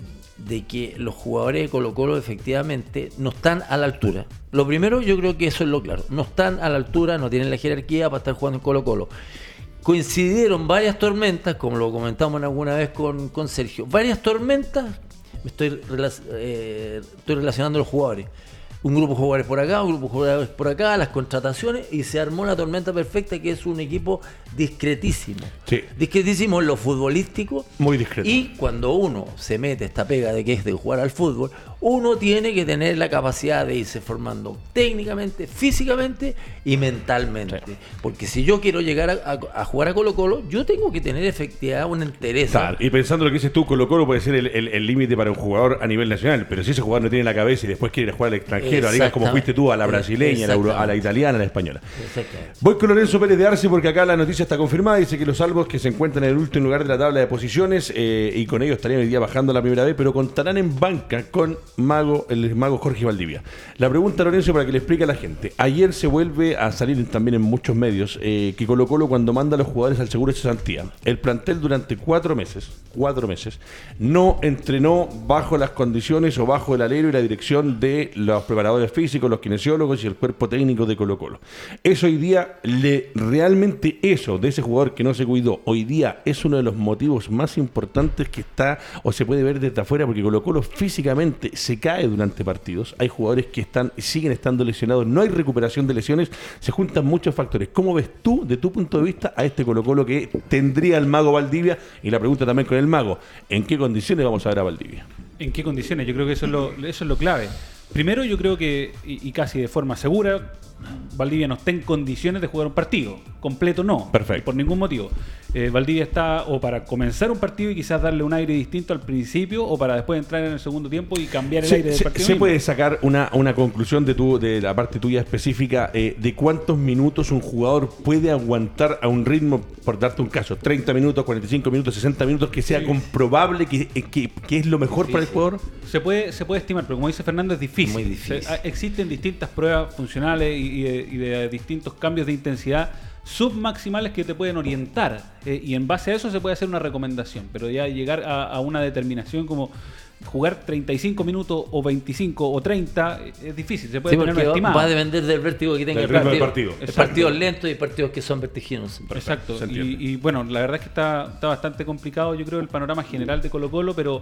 de que los jugadores de Colo-Colo efectivamente no están a la altura. Lo primero, yo creo que eso es lo claro. No están a la altura, no tienen la jerarquía para estar jugando en Colo-Colo. Coincidieron varias tormentas, como lo comentamos alguna vez con, con Sergio. Varias tormentas, me estoy, relac- eh, estoy relacionando a los jugadores. Un grupo de jugadores por acá, un grupo de jugadores por acá, las contrataciones, y se armó la tormenta perfecta, que es un equipo discretísimo. Sí. Discretísimo en lo futbolístico. Muy discreto. Y cuando uno se mete esta pega de que es de jugar al fútbol, uno tiene que tener la capacidad de irse formando técnicamente, físicamente y mentalmente. Sí. Porque si yo quiero llegar a, a, a jugar a Colo-Colo, yo tengo que tener efectividad, una entereza. Claro. Y pensando lo que dices tú, Colo-Colo puede ser el límite para un jugador a nivel nacional, pero si ese jugador no tiene la cabeza y después quiere jugar al extranjero, a ligas como fuiste tú, a la brasileña, a la, euro, a la italiana, a la española. Voy con Lorenzo Pérez de Arce porque acá la noticia está confirmada. Dice que los Albos, que se encuentran en el último lugar de la tabla de posiciones, eh, y con ellos estarían hoy día bajando a la primera vez, pero contarán en banca con Mago, el mago Jorge Valdivia. La pregunta, Lorenzo, para que le explique a la gente. Ayer se vuelve a salir también en muchos medios eh, que Colo-Colo, cuando manda a los jugadores al seguro de cesantía, el plantel durante cuatro meses, cuatro meses, no entrenó bajo las condiciones o bajo el alero y la dirección de los preparadores físicos, los kinesiólogos y el cuerpo técnico de Colo-Colo. Eso hoy día, le, realmente eso de ese jugador que no se cuidó, hoy día es uno de los motivos más importantes que está o se puede ver desde afuera, porque Colo-Colo físicamente se cae durante partidos. Hay jugadores que están siguen estando lesionados, no hay recuperación de lesiones, se juntan muchos factores. ¿Cómo ves tú, de tu punto de vista, a este Colo-Colo que tendría el mago Valdivia? Y la pregunta también con el mago, ¿en qué condiciones vamos a ver a Valdivia? ¿En qué condiciones? Yo creo que eso es lo, eso es lo clave. Primero, yo creo que, y, y casi de forma segura, Valdivia no está en condiciones de jugar un partido. Completo no. Perfecto. Por ningún motivo. Eh, Valdivia está o para comenzar un partido y quizás darle un aire distinto al principio, o para después entrar en el segundo tiempo y cambiar el se, aire del se, partido. ¿Se mismo. puede sacar una, una conclusión de tu de la parte tuya específica eh, de cuántos minutos un jugador puede aguantar a un ritmo, por darte un caso, treinta minutos, cuarenta y cinco minutos, sesenta minutos, que sea Sí. comprobable que, que, que es lo mejor Difícil. para el jugador? Se puede, se puede estimar, pero como dice Fernando, es difícil. Muy difícil. Se- a- existen distintas pruebas funcionales y, y de, y de distintos cambios de intensidad submaximales que te pueden orientar, eh, y en base a eso se puede hacer una recomendación, pero ya llegar a, a una determinación como jugar treinta y cinco minutos o veinticinco o treinta es difícil, se puede Sí, tener porque un va, estimado. va a depender del vértigo que tenga Del el ritmo del partido. partido. Hay Exacto. partidos lentos y partidos que son vertiginosos. Exacto, se entiende. y, y bueno, la verdad es que está, está bastante complicado, yo creo, el panorama general de Colo-Colo, pero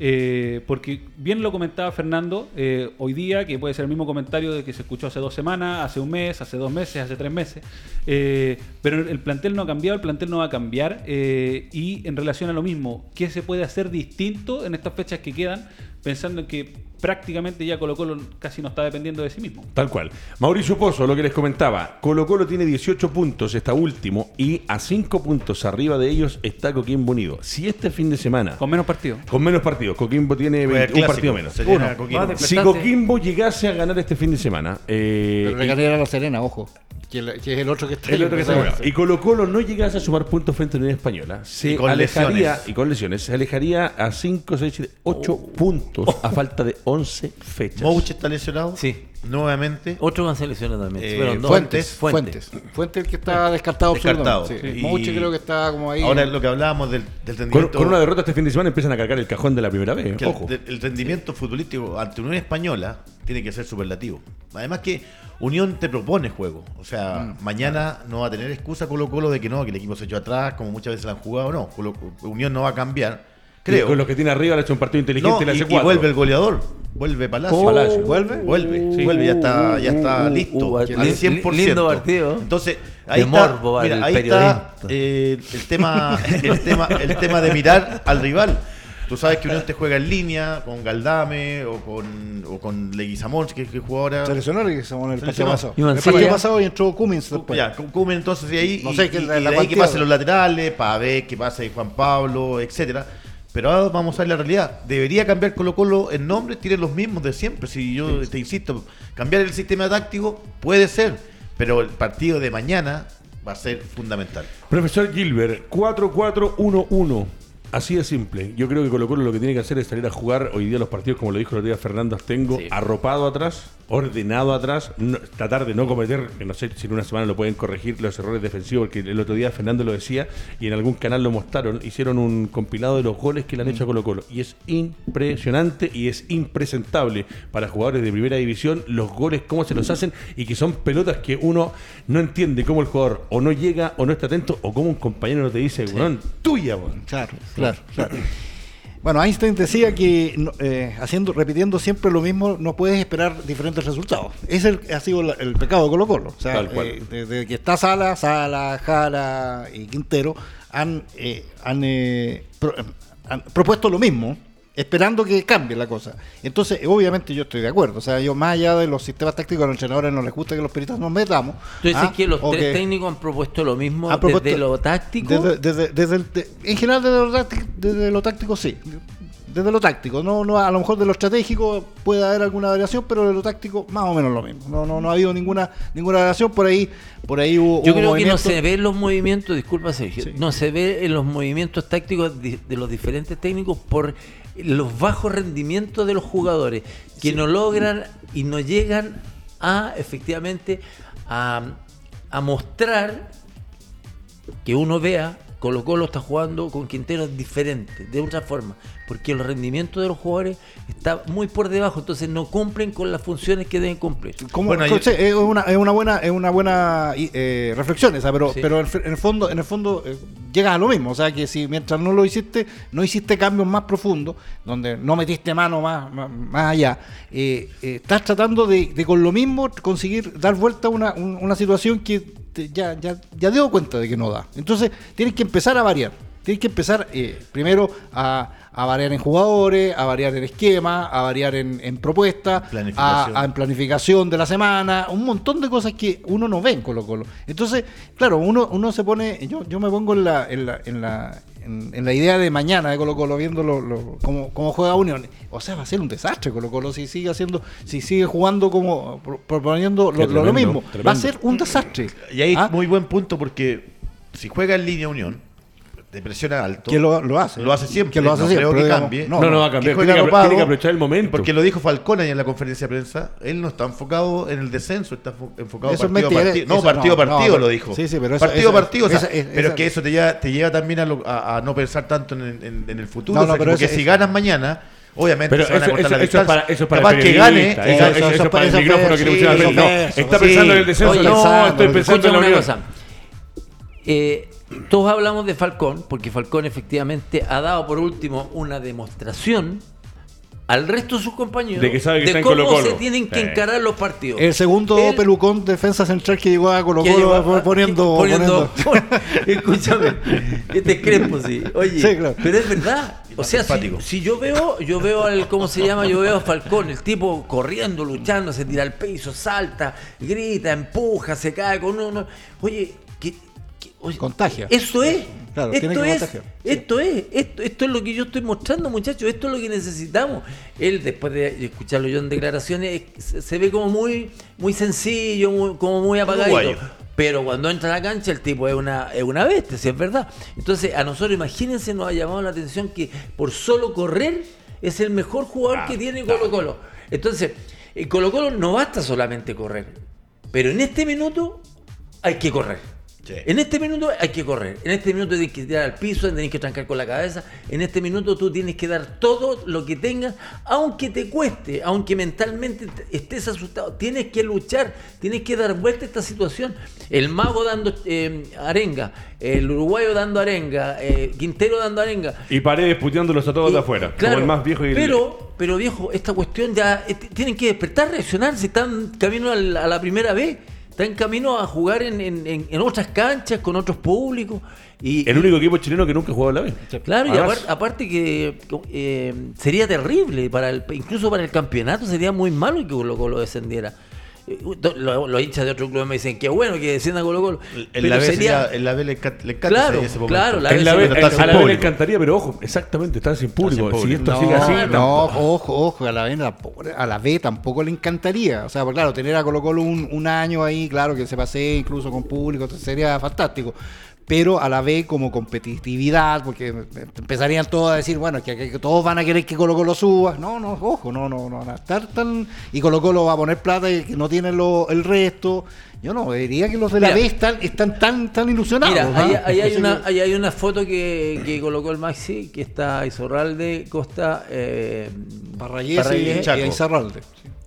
eh, porque bien lo comentaba Fernando, eh, hoy día, que puede ser el mismo comentario de que se escuchó hace dos semanas, hace un mes, hace dos meses, hace tres meses, eh, pero el plantel no ha cambiado, el plantel no va a cambiar, eh, y en relación a lo mismo, ¿qué se puede hacer distinto en estas fechas que quedan, pensando en que prácticamente ya Colo-Colo casi no está dependiendo de sí mismo? Tal cual. Mauricio Pozo, lo que les comentaba, Colo-Colo tiene dieciocho puntos, está último, y a cinco puntos arriba de ellos está Coquimbo Unido. Si este fin de semana, Con menos partidos. con menos partidos, Coquimbo tiene Pues el veinte, un clásico, partido menos. sería Uno. Coquimbo. Va a Si despertarse- Coquimbo llegase a ganar este fin de semana, eh, Pero le y- gané a la Serena, ojo. Que, la- que es el otro que está El otro que se ahí. juega. Y Colo Colo no llegase a sumar puntos frente a Unión Española. Se Y con alejaría, lesiones. y con lesiones, se alejaría a cinco, seis, siete, ocho puntos a falta de once fechas. Mouch está lesionado. Sí. Nuevamente. Otro con selecciones también. Eh, Fueron dos. Fuentes, Fuentes. Fuentes. Fuentes el que está descartado. Descartado. absolutamente, Sí. Y- Mouche creo que está como ahí. Ahora lo que hablábamos del, del Con, rendimiento. con una derrota este fin de semana empiezan a cargar el cajón de la primera vez. que Ojo. el, el rendimiento futbolístico ante Unión Española tiene que ser superlativo. Además que Unión te propone juego. O sea, Mm. mañana no va a tener excusa Colo Colo de que no, que el equipo se echó atrás, como muchas veces la han jugado. No, Colo- Unión no va a cambiar. Y Creo. con los que tiene arriba le ha hecho un partido inteligente No, y le y, hace y cuatro. vuelve el goleador. Vuelve Palacio. Oh, Palacio. ¿vuelve? Vuelve. Sí. Vuelve, ya está, ya está Uh, listo. uh, al li- cien por ciento. lindo partido. Entonces, ahí De está, morbo para mira, el ahí periodista. está eh, el tema, el tema, el tema de mirar al rival. Tú sabes que Unión te juega en línea con Galdame o con, o con Leguizamón, que, que jugó ahora. Se lesionó el Leguizamón el Se partido lesionó. pasado. Y El Mancilla. partido pasado y entró Cummins después. Ya, Cumen entonces de ahí, No y, sé, que y- la- y la de ahí que cuantía- pasen los laterales, para ver que pase Juan Pablo, etcétera. Pero ahora vamos a ver la realidad. Debería cambiar Colo Colo en nombre, tienen los mismos de siempre. Si yo te insisto, cambiar el sistema táctico puede ser, pero el partido de mañana va a ser fundamental. Profesor Gilbert, cuatro cuatro uno uno. Así de simple. Yo creo que Colo Colo lo que tiene que hacer es salir a jugar hoy día los partidos, como lo dijo el otro día Fernando Astengo, Sí. arropado atrás, ordenado atrás, no- tratar de no cometer, que no sé si en una semana lo pueden corregir, los errores defensivos, porque el otro día Fernando lo decía y en algún canal lo mostraron, hicieron un compilado de los goles que le han hecho a Colo Colo y es impresionante y es impresentable para jugadores de primera división los goles, cómo se los hacen y que son pelotas que uno no entiende cómo el jugador o no llega o no está atento o cómo un compañero no te dice, weón, tuya, weón. Claro, claro, claro. Bueno, Einstein decía que no, eh, haciendo, repitiendo siempre lo mismo, no puedes esperar diferentes resultados. Ese ha sido la- el pecado de Colo Colo. O sea, Tal cual. eh, desde que está Sala, Sala, Jara y Quintero han, eh, han, eh, pro- han propuesto lo mismo, esperando que cambie la cosa. Entonces, obviamente yo estoy de acuerdo. O sea, yo más allá de los sistemas tácticos, a los entrenadores no les gusta que los peritas nos metamos. Tú dices ¿ah? que los O tres que- técnicos han propuesto lo mismo ha propuesto- desde lo táctico. Desde, desde- desde el te- en general desde lo, táctico, desde lo táctico sí. Desde lo táctico, no, no, a lo mejor de lo estratégico puede haber alguna variación, pero de lo táctico más o menos lo mismo. No, no, no ha habido ninguna ninguna variación por ahí, por ahí hubo. Yo hubo creo que no movimientos. se ve en los movimientos, disculpa Sergio, Sí. no se ve en los movimientos tácticos de, de los diferentes técnicos por los bajos rendimientos de los jugadores que no logran y no llegan a efectivamente a, a mostrar que uno vea Colo Colo está jugando con Quintero diferente, de otra forma, porque los rendimientos de los jugadores está muy por debajo, entonces no cumplen con las funciones que deben cumplir. ¿Cómo? Bueno, Entonces, es una, es una buena, es una buena eh, reflexión esa, pero, Sí. pero en el fondo, en el fondo eh, llegas a lo mismo. O sea que si mientras no lo hiciste, no hiciste cambios más profundos, donde no metiste mano más, más, más allá, eh, eh, estás tratando de, de con lo mismo conseguir dar vuelta a una, un- una situación que te- ya, ya, ya dio cuenta de que no da. Entonces tienes que empezar a variar. Tienes que empezar eh, primero a, a variar en jugadores, a variar en esquema, a variar en, en propuestas, a, Planificación. a- en planificación de la semana, un montón de cosas que uno no ve en Colo Colo. Entonces, claro, uno, uno se pone, yo, yo me pongo en la, en la, en la, en, en la idea de mañana de Colo Colo viendo lo, lo- cómo, cómo juega Unión. O sea, va a ser un desastre Colo Colo si sigue haciendo, si sigue jugando como pro- proponiendo lo, Qué lo- lo tremendo, mismo. tremendo. Va a ser un desastre. Y ahí ¿Ah? muy buen punto porque si juega en línea Unión, de presión alto, Que lo, lo hace. lo hace siempre. Que lo hace no siempre. creo que digamos. cambie. No, no va a cambiar. que juegue Tiene que, arropado, tiene que aprovechar el momento. Porque lo dijo Falcón ahí en la conferencia de prensa, él no está enfocado en el descenso, está fo- enfocado Eso es partido a mentira, partido. No, eso partido a no, no, partido pero- lo dijo. sí, sí, pero eso- partido a eso- partido, o sea, esa- esa- pero esa- que eso te lleva, te lleva también a, lo- a- a no pensar tanto en, en- en el futuro. No, o sea, no, pero porque eso- si eso- ganas mañana, obviamente Pero se van a eso, cortar eso- la eso es distancia. para, eso es para Capaz el que gane, periodista, que eso, gane. eso- eso eso es para el eso micrófono fue- que le sí, pusieron al eso frente. No, fue- eso está fue- pensando en el sí. descenso. Oye, no, exacto, estoy pensando en Escúchame la una Unión. cosa. Eh, todos hablamos de Falcón, porque Falcón efectivamente ha dado por último una demostración al resto de sus compañeros De que sabe que está en cómo Colo-Colo. se tienen que Sí. encarar los partidos. El segundo Él- pelucón defensa central que llegó a Colo que Colo lleva- poniendo, poniendo- poniendo- escúchame, este Crespo, sí. Oye, Sí, claro. pero es verdad. O sea, si, simpático. si yo veo, yo veo al, ¿cómo se llama? Yo veo a Falcón, el tipo corriendo, luchando, se tira al piso, salta, grita, empuja, se cae con uno. Oye, que, que- oye, Contagia. Eso es. Claro, tiene esto que es, contagiar. Sí. esto es, esto, esto es lo que yo estoy mostrando, muchachos, esto es lo que necesitamos. Él, después de escucharlo yo en declaraciones, se, se ve como muy, muy sencillo, muy- como muy apagadito. Uruguayo. Pero cuando entra a la cancha el tipo es una, es una bestia, si es verdad. Entonces a nosotros, imagínense, nos ha llamado la atención que por solo correr es el mejor jugador que tiene Colo Colo. Entonces, en Colo Colo no basta solamente correr, pero en este minuto hay que correr. Sí. En este minuto hay que correr, en este minuto tienes que tirar al piso, tienes que trancar con la cabeza, en este minuto tú tienes que dar todo lo que tengas, aunque te cueste, aunque mentalmente estés asustado, tienes que luchar, tienes que dar vuelta a esta situación. El Mago dando eh, arenga, el uruguayo dando arenga, eh, Quintero dando arenga. Y Paredes puteándolos a todos y, de afuera, claro, como el más viejo y el... Pero, pero viejo, esta cuestión ya, eh, tienen que despertar, reaccionar, si están camino a la, a la primera vez. Está en camino a jugar en, en, en otras canchas, con otros públicos. Y, el único equipo chileno que nunca ha jugado a la vez. Claro, Además, y aparte, aparte que eh, sería terrible, para el, incluso para el campeonato sería muy malo que Colo Colo descendiera. Los, los hinchas de otro club me dicen que bueno que descienda Colo Colo. En la B sería, en la B le encanta, le encanta claro, ese momento. Claro, la en la B, en, a la B le encantaría, pero ojo, exactamente, están sin público. Sin si esto no, sigue así, no, tampoco. ojo, ojo, a la B, a la B tampoco le encantaría. O sea, pues claro, tener a Colo Colo un, un año ahí, claro, que se pase incluso con público, sería fantástico. Pero a la vez como competitividad, porque empezarían todos a decir, bueno, que, que, que todos van a querer que Colo Colo suba. No, no, ojo, no, no, no van a estar tan... Y Colo Colo va a poner plata y que no tiene lo, el resto. Yo no, diría que los de la Mira, B están, están tan, tan ilusionados. Mira, ¿no? ahí, ahí, hay una, ahí hay una foto que, que colocó el Maxi, que está Izorralde, Costa, eh, Parragués y, y Izarralde.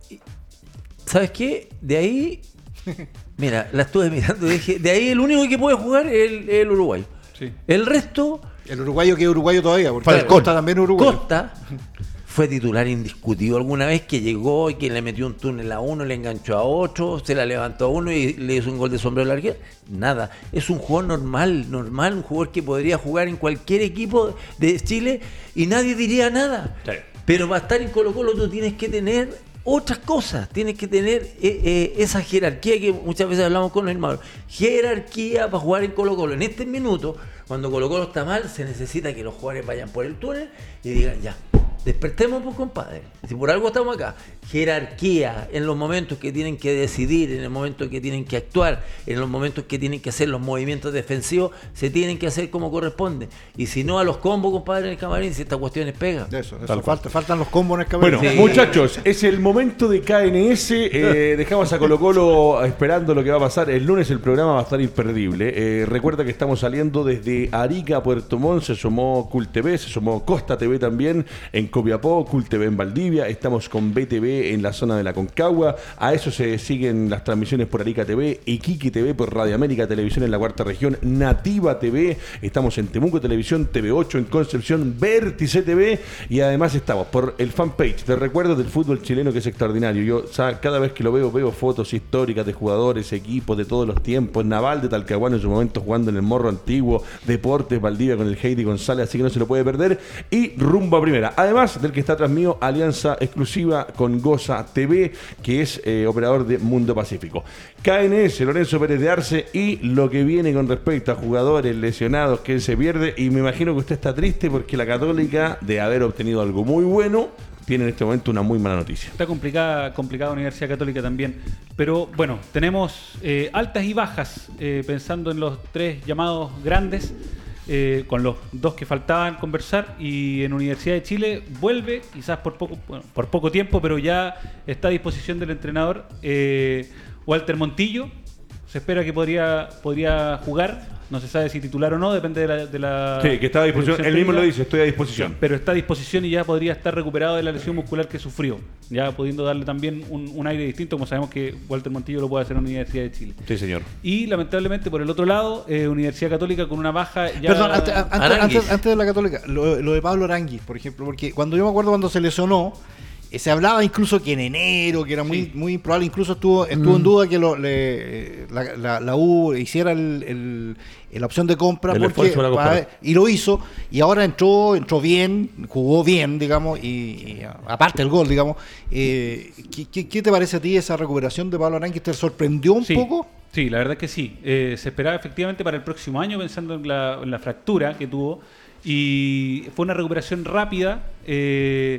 ¿Sabes qué? De ahí... Mira, la estuve mirando y dije, de ahí el único que puede jugar es el, el uruguayo. Sí. El resto... El uruguayo que es uruguayo todavía, porque Falcón. Costa también es uruguayo. Costa fue titular indiscutido alguna vez, que llegó y que le metió un túnel a uno, le enganchó a otro, se la levantó a uno y le hizo un gol de sombrero largo. Nada, es un jugador normal, normal, un jugador que podría jugar en cualquier equipo de Chile y nadie diría nada. Sí. Pero para estar en Colo Colo tú tienes que tener... otras cosas, tienes que tener eh, eh, esa jerarquía que muchas veces hablamos con los hermanos, jerarquía para jugar en Colo Colo. En este minuto, cuando Colo Colo está mal, se necesita que los jugadores vayan por el túnel y digan, ya, despertemos, pues, compadre, si por algo estamos acá. Jerarquía en los momentos que tienen que decidir, en el momento que tienen que actuar, en los momentos que tienen que hacer los movimientos defensivos, se tienen que hacer como corresponde. Y si no, a los combos, compadre, en el camarín, si esta cuestión es pega. Eso, eso falta, faltan los combos en el camarín. Bueno, sí. Muchachos, es el momento de K N S. Eh, dejamos a Colo Colo esperando lo que va a pasar. El lunes el programa va a estar imperdible. Eh, recuerda que estamos saliendo desde Arica a Puerto Montt. Se sumó Cool T V, se sumó Costa T V también en Copiapó, Cool T V en Valdivia. Estamos con B T V en la zona de la Concagua. A eso se siguen las transmisiones por Arica T V, Iquique T V por Radio América Televisión en la cuarta región, Nativa T V. Estamos en Temuco Televisión, T V ocho en Concepción, Vértice T V. Y además estamos por el fanpage de Recuerdos del Fútbol Chileno, que es extraordinario. Yo, o sea, cada vez que lo veo, veo fotos históricas de jugadores, equipos de todos los tiempos. Naval de Talcahuano en su momento jugando en el Morro Antiguo, Deportes Valdivia con el Heidi González, así que no se lo puede perder. Y rumbo a primera. Además del que está tras mío, alianza exclusiva con Goza T V, que es eh, operador de Mundo Pacífico. K N S, Lorenzo Pérez de Arce, y lo que viene con respecto a jugadores lesionados que se pierde. Y me imagino que usted está triste porque la Católica, de haber obtenido algo muy bueno, tiene en este momento una muy mala noticia. Está complicada, complicada Universidad Católica también. Pero bueno, tenemos eh, altas y bajas, eh, pensando en los tres llamados grandes. Eh, con los dos que faltaban conversar, y en Universidad de Chile vuelve, quizás por poco, bueno, por poco tiempo, pero ya está a disposición del entrenador eh, Walter Montillo. Se espera que podría, podría jugar, no se sabe si titular o no, depende de la... De la sí, que está a disposición, él mismo lo dice, estoy a disposición. Pero está a disposición y ya podría estar recuperado de la lesión muscular que sufrió, ya pudiendo darle también un, un aire distinto, como sabemos que Walter Montillo lo puede hacer en la Universidad de Chile. Sí, señor. Y lamentablemente, por el otro lado, eh, Universidad Católica con una baja ya... Perdón, antes, antes, antes, antes de la Católica, lo, lo de Pablo Aranguis, por ejemplo, porque cuando yo me acuerdo cuando se lesionó, se hablaba incluso que en enero, que era muy sí. muy improbable, incluso estuvo estuvo mm. en duda que lo, le, la, la, la U hiciera el, el, la opción de compra, el porque, la para, y lo hizo, y ahora entró entró bien, jugó bien, digamos, y, y aparte el gol, digamos. Eh, ¿qué, qué, ¿Qué te parece a ti esa recuperación de Pablo Aranguis? ¿Te sorprendió un sí. poco? Sí, la verdad es que sí. Eh, se esperaba efectivamente para el próximo año, pensando en la, en la fractura que tuvo, y fue una recuperación rápida, eh,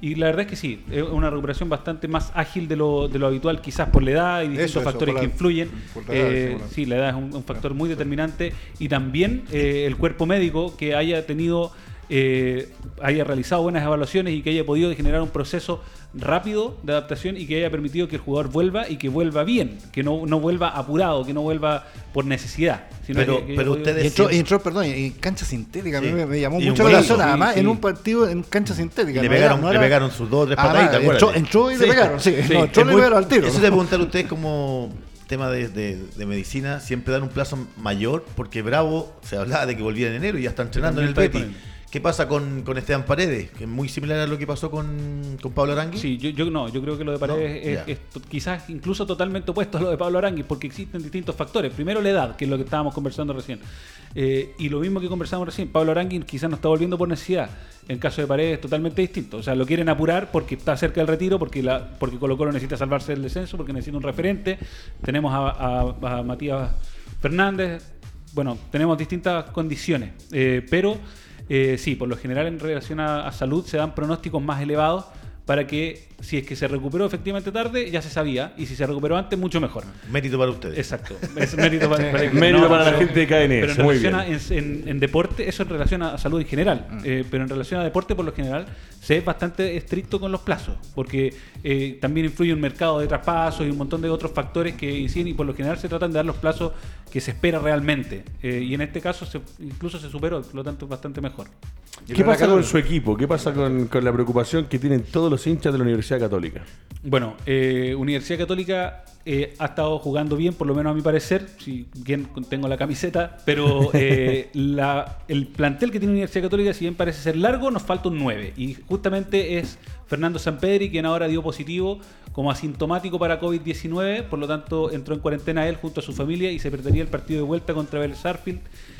Y la verdad es que sí, es una recuperación bastante más ágil de lo, de lo habitual, quizás por la edad y distintos Eso, eso, factores por que la- influyen. por la edad, Eh, sí, por la- sí, la edad es un, un factor muy determinante. Y también eh, el cuerpo médico que haya tenido, eh, haya realizado buenas evaluaciones y que haya podido generar un proceso rápido de adaptación y que haya permitido que el jugador vuelva y que vuelva bien, que no, no vuelva apurado, que no vuelva por necesidad. Sino Pero- que- que pero haya podido- ustedes- Y entró, siempre- y entró, perdón, en cancha sintética, Sí. a mí me, me llamó Y un mucho la golazo. atención, además Sí, en sí. un partido en cancha sintética. Y le no pegaron, era- no le era- pegaron sus dos o tres Además, pataditas, entró, acuérdate. entró y le Sí. pegaron, sí, Sí, no, entró y es le muy- pegaron al tiro. Eso ¿no? te preguntar a ustedes como tema de, de- de medicina, siempre dan un plazo mayor, porque Bravo se hablaba de que volvía en enero y ya está entrenando en el también está Betis. disponible. ¿Qué pasa con, con Esteban Paredes? Que es muy similar a lo que pasó con, con Pablo Arangui. Sí, yo, yo no, yo creo que lo de Paredes No, es, ya. es to- quizás incluso totalmente opuesto a lo de Pablo Arangui, porque existen distintos factores. Primero la edad, que es lo que estábamos conversando recién. Eh, y lo mismo que conversamos recién, Pablo Arangui quizás no está volviendo por necesidad. En caso de Paredes es totalmente distinto. O sea, lo quieren apurar porque está cerca del retiro, porque la porque Colo Colo necesita salvarse del descenso, porque necesita un referente. Tenemos a, a- a Matías Fernández. Bueno, tenemos distintas condiciones. Eh, pero eh, sí, por lo general en relación a, a salud se dan pronósticos más elevados para que si es que se recuperó efectivamente tarde, ya se sabía, y si se recuperó antes, mucho mejor. Mérito para ustedes. Exacto. Es mérito para, para- Mérito para la pero- gente de K N S, Pero en muy relación a, bien. en, en- en deporte, eso en relación a, a salud en general, eh, pero en relación a deporte, por lo general, se es bastante estricto con los plazos, porque eh, también influye un mercado de traspasos y un montón de otros factores que inciden, y por lo general se tratan de dar los plazos que se espera realmente. Eh, y en este caso se, incluso se superó, por lo tanto es bastante mejor. ¿Qué pasa con su equipo? ¿Qué pasa con, con la preocupación que tienen todos los hinchas de la Universidad Católica? Bueno, eh, Universidad Católica eh, ha estado jugando bien, por lo menos a mi parecer, si bien tengo la camiseta, pero eh, la- el plantel que tiene Universidad Católica, si bien parece ser largo, nos falta un nueve. Y justamente es Fernando Sampedri, quien ahora dio positivo como asintomático para COVID diecinueve, por lo tanto entró en cuarentena él junto a su familia y se perdería el partido de vuelta contra Vélez Sarsfield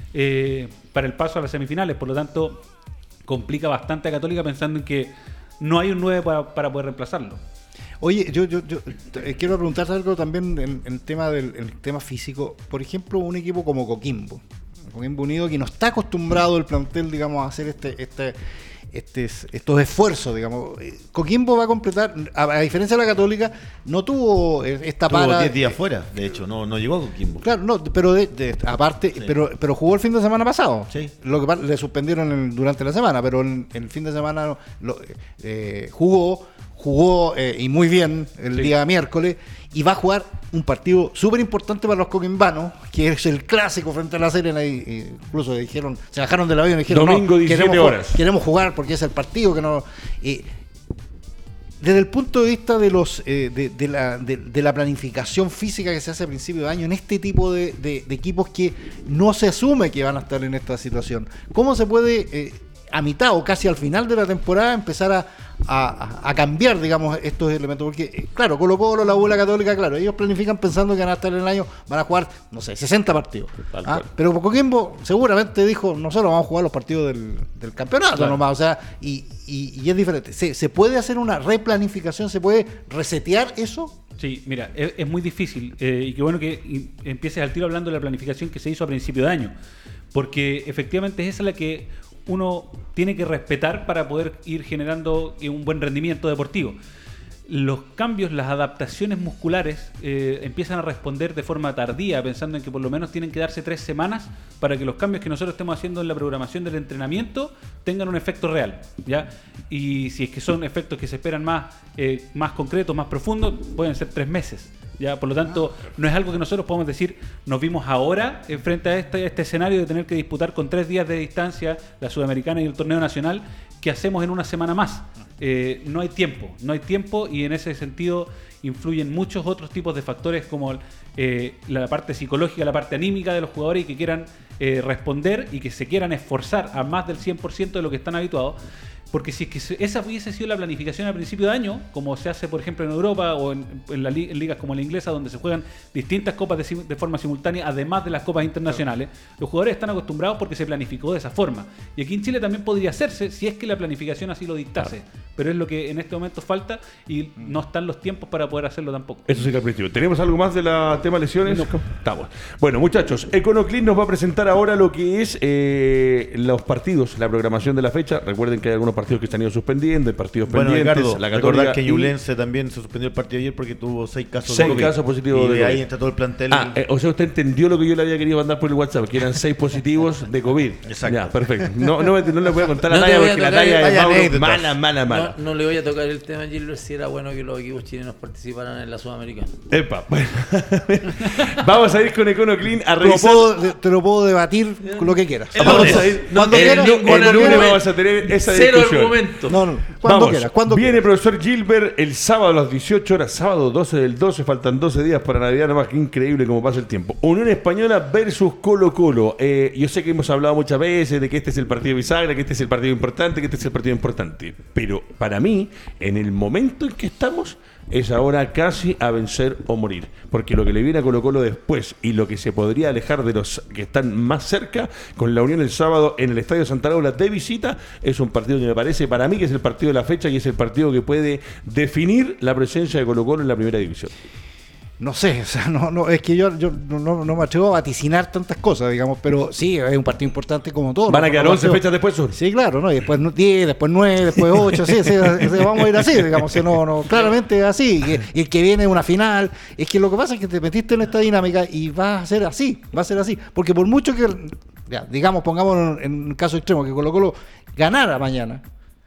eh, para el paso a las semifinales. Por lo tanto, complica bastante a Católica pensando en que no hay un nueve para, para poder reemplazarlo. Oye, yo, yo, yo eh, quiero preguntarte algo también en el tema del en el tema físico. Por ejemplo, un equipo como Coquimbo, Coquimbo Unido, que no está acostumbrado el plantel, digamos, a hacer este, este, este, estos esfuerzos, digamos. Eh, Coquimbo va a completar, a, a diferencia de la Católica, no tuvo eh, esta Tuvo para. diez días fuera, de hecho, no, no llegó a Coquimbo. Claro, no, pero de, de- aparte, Sí. pero, pero jugó el fin de semana pasado. Sí. Lo que pa- le suspendieron el- durante la semana, pero el, el fin de semana lo- eh, jugó, jugó eh, y muy bien el Sí. día miércoles y va a jugar un partido súper importante para los coquimbanos, que es el clásico frente a la Serena. Y, y incluso dijeron, se bajaron del avión y dijeron, Domingo, no, diecisiete queremos, ju- horas. queremos jugar porque es el partido que no. y desde el punto de vista de los eh, de, de la, de, de la planificación física que se hace a principio de año en este tipo de, de- de equipos que no se asume que van a estar en esta situación, ¿cómo se puede eh, a mitad o casi al final de la temporada empezar a, a- a cambiar, digamos, estos elementos? Porque, eh, claro, Colo Colo, la U, la Católica, claro, ellos planifican pensando que van a estar en el año, van a jugar, no sé, sesenta partidos. Tal ¿ah? cual. Pero Coquimbo seguramente dijo, nosotros vamos a jugar los partidos del, del campeonato Claro. nomás, o sea, y, y- y es diferente. ¿Se, ¿Se puede hacer una replanificación? ¿Se puede resetear eso? Sí, mira, es, es muy difícil eh, y qué bueno que in- empieces al tiro hablando de la planificación que se hizo a principio de año, porque efectivamente esa es la que uno tiene que respetar para poder ir generando eh, un buen rendimiento deportivo. Los cambios, las adaptaciones musculares eh, empiezan a responder de forma tardía, pensando en que por lo menos tienen que darse tres semanas para que los cambios que nosotros estemos haciendo en la programación del entrenamiento tengan un efecto real, ¿ya? Y si es que son efectos que se esperan más, eh, más concretos, más profundos, pueden ser tres meses. ¿Ya? Por lo tanto, no es algo que nosotros podemos decir, nos vimos ahora eh, frente a este, a este escenario de tener que disputar con tres días de distancia la Sudamericana y el torneo nacional, que hacemos en una semana más. Eh, no hay tiempo, no hay tiempo y en ese sentido influyen muchos otros tipos de factores como eh, la parte psicológica, la parte anímica de los jugadores y que quieran eh, responder y que se quieran esforzar a más del cien por ciento de lo que están habituados. Porque si es que se- esa hubiese sido la planificación al principio de año, como se hace, por ejemplo, en Europa o en, en, la li- en ligas como la inglesa, donde se juegan distintas copas de, sim- de forma simultánea, además de las copas internacionales, los jugadores están acostumbrados porque se planificó de esa forma. Y aquí en Chile también podría hacerse si es que la planificación así lo dictase. Pero es lo que en este momento falta y no están los tiempos para poder hacerlo tampoco. Eso sí que al principio. ¿Tenemos algo más de la tema lesiones? Estamos. Bueno, muchachos, Econoclin nos va a presentar ahora lo que es eh, los partidos, la programación de la fecha. Recuerden que hay algunos partidos partidos que se han ido suspendiendo, hay partidos Bueno, pendientes. Ricardo, la recordar Católica que y- Ñublense también se suspendió el partido ayer porque tuvo seis casos Seis de COVID. casos positivos y de de ahí COVID. entra todo el plantel. Ah, eh, o sea, usted entendió lo que yo le había querido mandar por el WhatsApp, que eran seis positivos de COVID. Exacto. Ya, perfecto. No, no, no le voy a contar la No te talla voy a porque la tocar talla el- es Vaya Mauro, anécdota. mala, mala, mala. No, no le voy a tocar el tema, Gilbert, si era bueno que los equipos chilenos participaran en la Sudamericana. Epa, bueno. Vamos a ir con Econo Clean a Te lo, revisar. puedo, te lo puedo debatir con lo que quieras. Vamos a ir. Cuando el, quieras, lu- cuando el lunes quieras. vamos a tener esa Cero discusión. argumento. No, no, cuando Vamos, quieras, cuando viene quieras. profesor Gilbert el sábado a las dieciocho horas, sábado doce del doce, faltan doce días para Navidad, nomás que increíble cómo pasa el tiempo. Unión Española versus Colo Colo. Eh, yo sé que hemos hablado muchas veces de que este es el partido bisagra, que este es el partido importante, que este es el partido importante, pero para mí, en el momento en que estamos, es ahora casi a vencer o morir, porque lo que le viene a Colo Colo después y lo que se podría alejar de los que están más cerca, con la Unión el sábado en el Estadio Santa Laura de visita, es un partido que me parece, para mí, que es el partido de la fecha y es el partido que puede definir la presencia de Colo Colo en la primera división. No sé, o sea, no, no, es que yo, yo no, no- no me atrevo a vaticinar tantas cosas, digamos, pero sí, es un partido importante como todo. ¿Van a ¿no? quedar Como once partido- fechas después, Sur? Sí, claro, ¿no? Y después diez, después nueve, después ocho, sí, sí, sí, vamos a ir así, digamos, si no, no, claramente es así. Y, que- y el que viene es una final, es que lo que pasa es que te metiste en esta dinámica y va a ser así, va a ser así. Porque por mucho que, ya, digamos, pongamos en, en un caso extremo, que Colo Colo ganara mañana,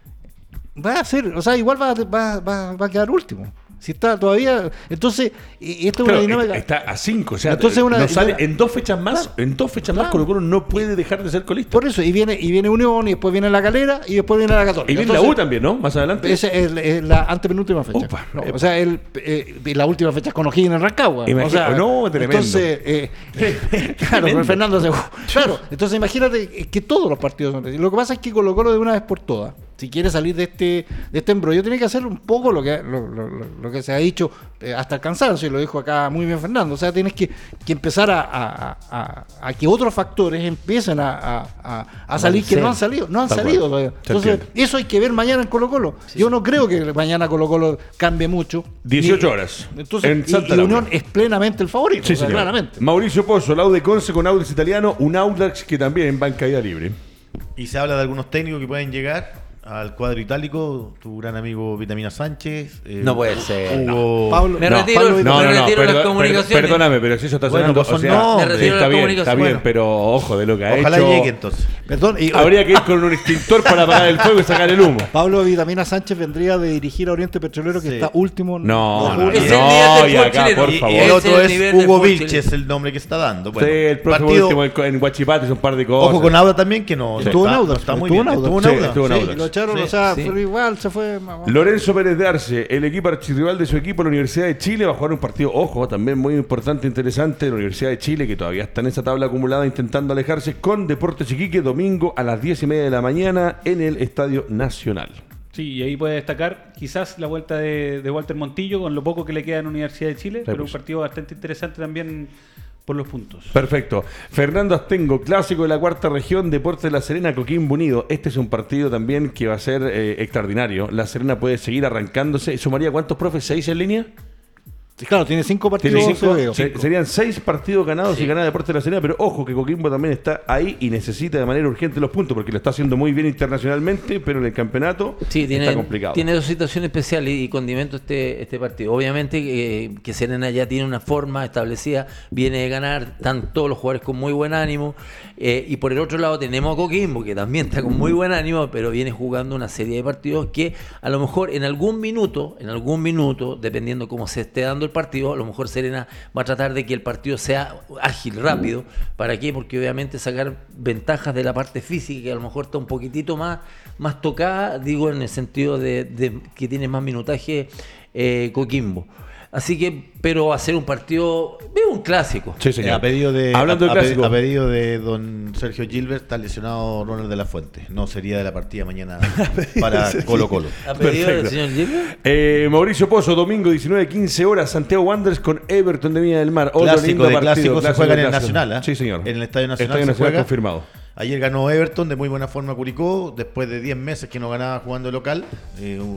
va a ser, o sea, igual va, a- va, va, va a quedar último. Si está todavía, entonces, y, y esta es Claro, una dinámica. está a cinco, o sea, Entonces una- no sale, en dos fechas más, Claro, en dos fechas más claro. Colo Colo no puede dejar de ser colista. Por eso, y viene, y viene Unión, y después viene la Calera, y después viene la Católica. Y viene la Entonces, U también, ¿no? Más adelante. Esa es, es la antepenúltima fecha. Opa, No, epa. o sea, el, eh, y la última fecha es con O'Higgins en Rancagua. Imagina- o sea, no, tremendo. Entonces, eh, claro, Tremendo. con Fernando se Claro, entonces imagínate que todos los partidos son así. Lo que pasa es que Colo Colo de una vez por todas, si quiere salir de este de este embrollo, tiene que hacer un poco lo que lo, lo- lo- lo que se ha dicho eh, hasta el cansancio, y lo dijo acá muy bien Fernando. O sea, tienes que, que empezar a, a- a- a que otros factores empiecen a, a- a- a salir que no han salido, no han Tal salido cual. todavía. Se Entonces, entiende. eso hay que ver mañana en Colo Colo. Yo no creo que mañana Colo Colo cambie mucho. dieciocho Ni- horas, Entonces, en y- Santa y, Laura. Unión es plenamente el favorito, Sí, o sea, señor. claramente. Mauricio Pozo, Laude Conce con Audax Italiano, un Audax que también va en caída libre. Y se habla de algunos técnicos que pueden llegar al cuadro itálico, tu gran amigo Vitamina Sánchez. eh, No puede ser, Hugo- Pablo- Me no, retiro, Pablo- me No, no, no, retiro perdón- las per- comunicaciones. perdóname, pero si eso está Bueno, sonando, pues son o sea, nombres. Me retiro está las bien, está comunicaciones. bien, Bueno. pero ojo de lo que ha Ojalá hecho. llegue entonces. Perdón, y, Habría que ir con un extintor para apagar el fuego y sacar el humo. Pablo Vitamina Sánchez vendría de dirigir a Oriente Petrolero, que Sí. está último. No, no, no, Es el no, nivel del y fútbol acá, chileno. por Y, favor. y el Ese otro es el es nivel del Hugo fútbol Vilches, chileno. el nombre que está dando. Bueno, Sí, el próximo partido- último en, en Guachipato es un par de cosas. Ojo con Auda también, que no, no Estuvo en está, Audax, no está muy estuvo en bien. Audax. Estuvo en Sí, Audax. estuvo en Sí, Audax. lo echaron, Sí. o sea, Sí. pero igual se fue. Lorenzo Pérez de Arce, el equipo archirrival de su equipo, la Universidad de Chile, va a jugar un partido, ojo, también muy importante, interesante, la Universidad de Chile, que todavía está en esa tabla acumulada intentando alejarse, con Deportes Iquique, domingo a las diez y media de la mañana en el Estadio Nacional. Sí, y ahí puede destacar quizás la vuelta de, de Walter Montillo con lo poco que le queda en Universidad de Chile, pero pues. un partido bastante interesante también por los puntos. Perfecto. Fernando Astengo, clásico de la cuarta región, Deportes de La Serena, Coquimbo Unido. Este es un partido también que va a ser eh, extraordinario. La Serena puede seguir arrancándose. ¿Sumaría cuántos, profes? ¿Seis en línea? Sí, claro, tiene cinco partidos. Tiene cinco, seguidos. se- serían seis partidos ganados y gana Deportes de La Serena, pero ojo que Coquimbo también está ahí y necesita de manera urgente los puntos, porque lo está haciendo muy bien internacionalmente, pero en el campeonato Sí, tiene, está complicado. tiene dos situaciones especiales y condimento este, este partido. Obviamente eh, que Serena ya tiene una forma establecida, viene de ganar, están todos los jugadores con muy buen ánimo. eh, y por el otro lado tenemos a Coquimbo, que también está con muy buen ánimo, pero viene jugando una serie de partidos que a lo mejor en algún minuto, en algún minuto, dependiendo cómo se esté dando el partido, a lo mejor Serena va a tratar de que el partido sea ágil, rápido. ¿Para qué? Porque obviamente sacar ventajas de la parte física, que a lo mejor está un poquitito más, más tocada, digo en el sentido de, de que tiene más minutaje eh, Coquimbo. Así que, pero va a ser un partido, veo un clásico. Sí, Eh, señor. a pedido de Hablando a, de a pe- clásico. a pedido de don Sergio Gilbert, está lesionado Ronald de la Fuente. No sería de la partida mañana para Colo Colo. ¿A pedido del Perfecto. señor Gilbert? Eh, Mauricio Pozo, domingo diecinueve quince horas, Santiago Wanderers con Everton de Viña del Mar. Otro Clásico lindo de partido, clásico se clásico juega en de el clásico. Nacional, ¿eh? Sí, señor. En el Estadio Nacional Estadio se Nacional juega. confirmado. Ayer ganó Everton de muy buena forma Curicó, después de diez meses que no ganaba jugando local. Eh,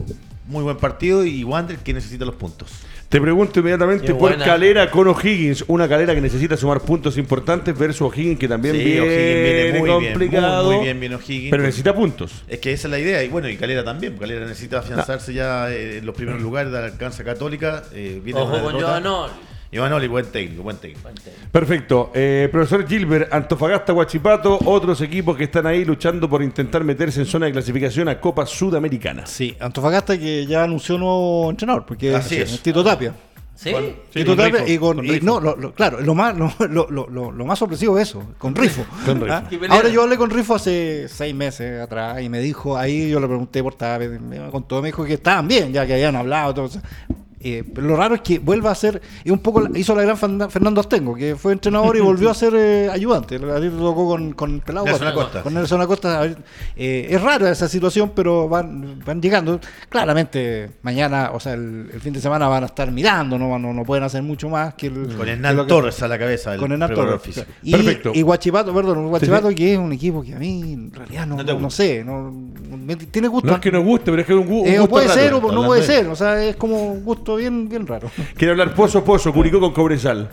muy buen partido, y Wander que necesita los puntos. Te pregunto inmediatamente Qué por buena. Calera con O'Higgins, una Calera que necesita sumar puntos importantes versus O'Higgins que también Sí, viene, O'Higgins viene muy bien, complicado, muy, muy bien viene O'Higgins. pero necesita puntos. Es que esa es la idea, y bueno, y Calera también. Calera necesita afianzarse ya eh, en los primeros lugares de la Alcanza Católica. Eh, viene Ojo una con derrota. Giovanoli. Giovanoli, buen técnico, buen técnico. Perfecto. Eh, profesor Gilbert, Antofagasta, Huachipato, otros equipos que están ahí luchando por intentar meterse en zona de clasificación a Copa Sudamericana. Sí, Antofagasta que ya anunció nuevo entrenador, porque Así es. Tito Tapia. ¿Sí? Con- sí, Tito con Tapia Rifo, y con, con y Rifo. no, lo, lo- claro, lo más lo, lo, lo, lo- lo más sorpresivo es eso, con Rifo. Con Rifo. ¿Ah? Que pelea. Ahora yo hablé con Rifo hace seis meses atrás y me dijo, ahí yo le pregunté por Tapia, me contó, me dijo que estaban bien, ya que habían hablado, todo eso. Eh, pero lo raro es que vuelva a ser, es un poco, la- hizo la gran Fern- Fernando Astengo, que fue entrenador y volvió a ser eh, ayudante. A ti te tocó con, con Pelado Nelson Costa. Acosta. Con Nelson Acosta. A ver, eh, es rara esa situación, pero van, van llegando. Claramente, mañana, o sea, el, el fin de semana van a estar mirando, no, no, no pueden hacer mucho más que el. Con que Hernán lo que- Torres a la cabeza del Con Hernán preparador Torres. físico. Y, Perfecto. y Guachipato, perdón, Guachipato Sí, que es un equipo que a mí en realidad no, No te no, no gusta. sé, no, me- tiene gusto. No es que nos guste, pero es que es un, gu- un Eh, o gusto puede raro. ser o no hablando puede de- ser, o sea, es como un gusto bien, bien raro. Quiere hablar Pozo Pozo, Curicó con Cobresal.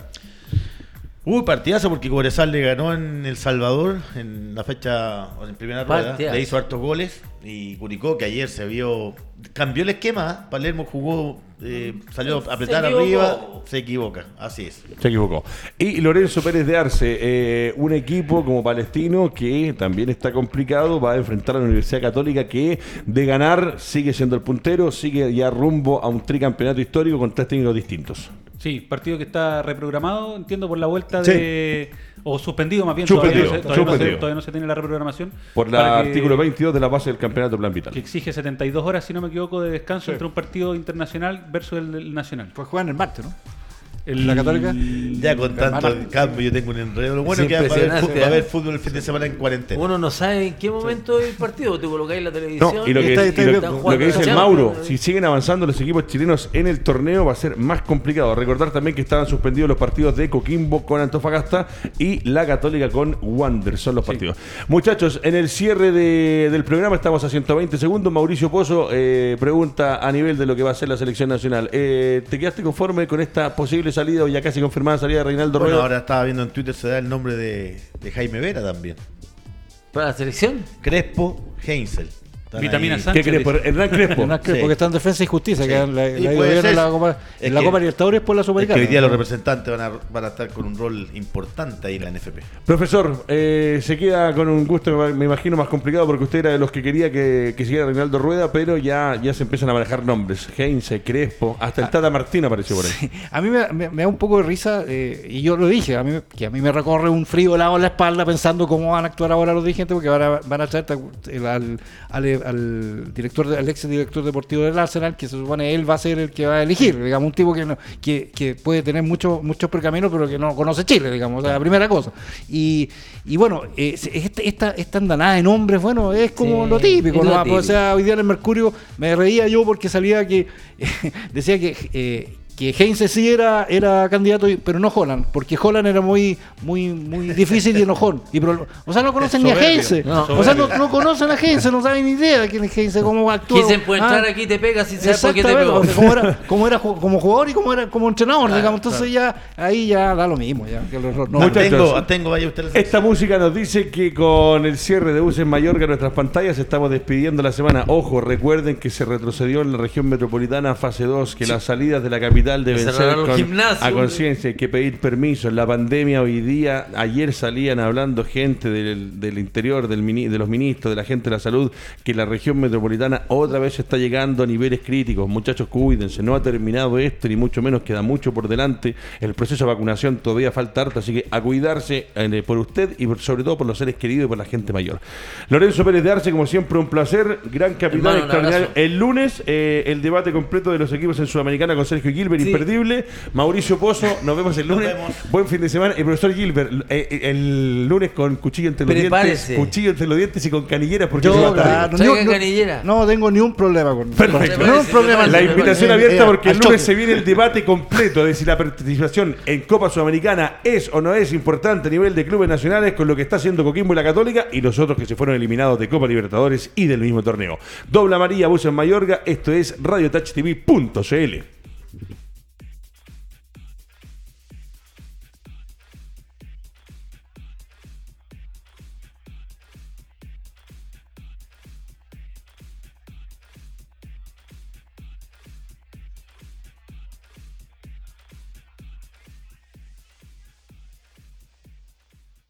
Uy, partidazo porque Cobresal le ganó en El Salvador en la fecha, o en primera rueda, Partidazo. le hizo hartos goles, y Curicó, que ayer se vio, cambió el esquema, ¿eh? Palermo jugó, eh, salió a apretar Se equivocó. arriba, se equivoca, así es. Se equivocó. Y Lorenzo Pérez de Arce, eh, un equipo como Palestino que también está complicado, va a enfrentar a la Universidad Católica que de ganar sigue siendo el puntero, sigue ya rumbo a un tricampeonato histórico con tres técnicos distintos. Sí, partido que está reprogramado, entiendo, por la vuelta Sí. de... O suspendido más bien, Suspendido, todavía, no se, todavía, no se, suspendido. todavía no se tiene la reprogramación. Por el para que- artículo veintidós de la base del campeonato Plan Vital. Que exige setenta y dos horas, si no me equivoco, de descanso entre un partido internacional versus el, el nacional. Pues juegan el martes, ¿no? El- ¿La Católica? Ya con tanto Hermano, cambio yo tengo un enredo. Lo bueno Es es que va a haber impresionante, fútbol, va a haber ¿eh? fútbol el fin de semana en cuarentena. Uno no sabe en qué momento es el partido. Te colocáis la televisión. No, y lo que, Está- y está lo- bien. lo jugando que dice el la Mauro, Champions. si siguen avanzando los equipos chilenos en el torneo va a ser más complicado. Recordar también que estaban suspendidos los partidos de Coquimbo con Antofagasta y la Católica con Wander, son los partidos. Muchachos, en el cierre de- del programa estamos a ciento veinte segundos. Mauricio Pozo eh, pregunta a nivel de lo que va a ser la selección nacional. Eh, ¿Te quedaste conforme con esta posible salida o ya casi confirmada salida de Reinaldo Bueno, Rueda? ahora estaba viendo en Twitter, se da el nombre de, de Jaime Vera también. ¿Para la selección? Crespo, Heinzel. Están Vitamina ahí. Sánchez. ¿Qué crees? Por Hernán Crespo. Hernán Crespo, Sí. que está en Defensa y Justicia, Sí. que la, la, Y la puede ido bien ser. en la Copa, Es en la que- Copa Libertadores por la Es Sudamericana. que hoy día los representantes van a, van a estar con un rol importante ahí en la N F P. Profesor, eh, se queda con un gusto, me me imagino, más complicado porque usted era de los que quería que, que siguiera Reinaldo Rueda, pero ya, ya se empiezan a manejar nombres. Heinze, Crespo, hasta el Tata Martín apareció por ahí. A mí me, me- me da un poco de risa, eh, y yo lo dije, a mí, que a mí me recorre un frío helado en la espalda pensando cómo van a actuar ahora los dirigentes, porque van a, van a traer al, al, al- al director, de- al ex director deportivo del Arsenal, que se supone él va a ser el que va a elegir, digamos, un tipo que, no- que, que puede tener muchos muchos percaminos, pero que no conoce Chile, digamos, o sea, la primera cosa. Y, y bueno, eh, se- esta, esta, esta andanada de nombres, bueno, es como Sí, lo típico, es ¿no? lo O típico. sea, hoy día en el Mercurio me reía yo porque salía que decía que eh, que Heinze sí era, era candidato, y- pero no Holland, porque Holland era muy muy muy difícil y enojón. Y pro- o sea, no conocen ni a Soberbio. Heinze. No. O sea, no, no conocen a Heinze, no saben ni idea de quién es Heinze, cómo actúa. Quien se puede entrar Ah, aquí y te pega sin saber por qué te exactamente, pegó. como era, como era ju- como jugador y como era como entrenador, digamos. Entonces ya ahí ya da lo mismo. Ya, que los- los- no- Muchachos. Tengo, tengo, vaya usted. Esta música nos dice que con el cierre de buses Mallorca en nuestras pantallas estamos despidiendo la semana. Ojo, recuerden que se retrocedió en la región metropolitana fase dos, que las salidas de la capital deben ser cerraron los con, gimnasios, a hombre. conciencia, hay que pedir permiso. En la pandemia hoy día, ayer salían hablando gente del, del interior, del mini- de los ministros, de la gente de la salud, que la región metropolitana otra vez está llegando a niveles críticos. Muchachos, cuídense, no ha terminado esto, ni mucho menos queda mucho por delante. El proceso de vacunación todavía falta harto, así que a cuidarse eh, por usted y por- sobre todo por los seres queridos y por la gente mayor. Lorenzo Pérez de Arce, como siempre, un placer. Gran capitán Hermano, un extraordinario. abrazo. El lunes, eh, el debate completo de los equipos en Sudamericana con Sergio Gilbert. súper Sí. imperdible. Mauricio Pozo, nos vemos el lunes. Nos vemos. Buen fin de semana. El profesor Gilbert, eh, eh, el lunes con cuchillo entre los Prepárese. dientes. Cuchillo entre los dientes y con canilleras porque Yo, se va a estar claro, bien. Traiga ni un- canillera. no tengo ni un problema con Perfecto. No, un problema. La Sí, invitación Eh, abierta eh, porque el al lunes choque. se viene el debate completo de si la participación en Copa Sudamericana es o no es importante a nivel de clubes nacionales con lo que está haciendo Coquimbo y la Católica y los otros que se fueron eliminados de Copa Libertadores y del mismo torneo. Dobla María, Busa en Mayorga, esto es radio touch t v punto c l.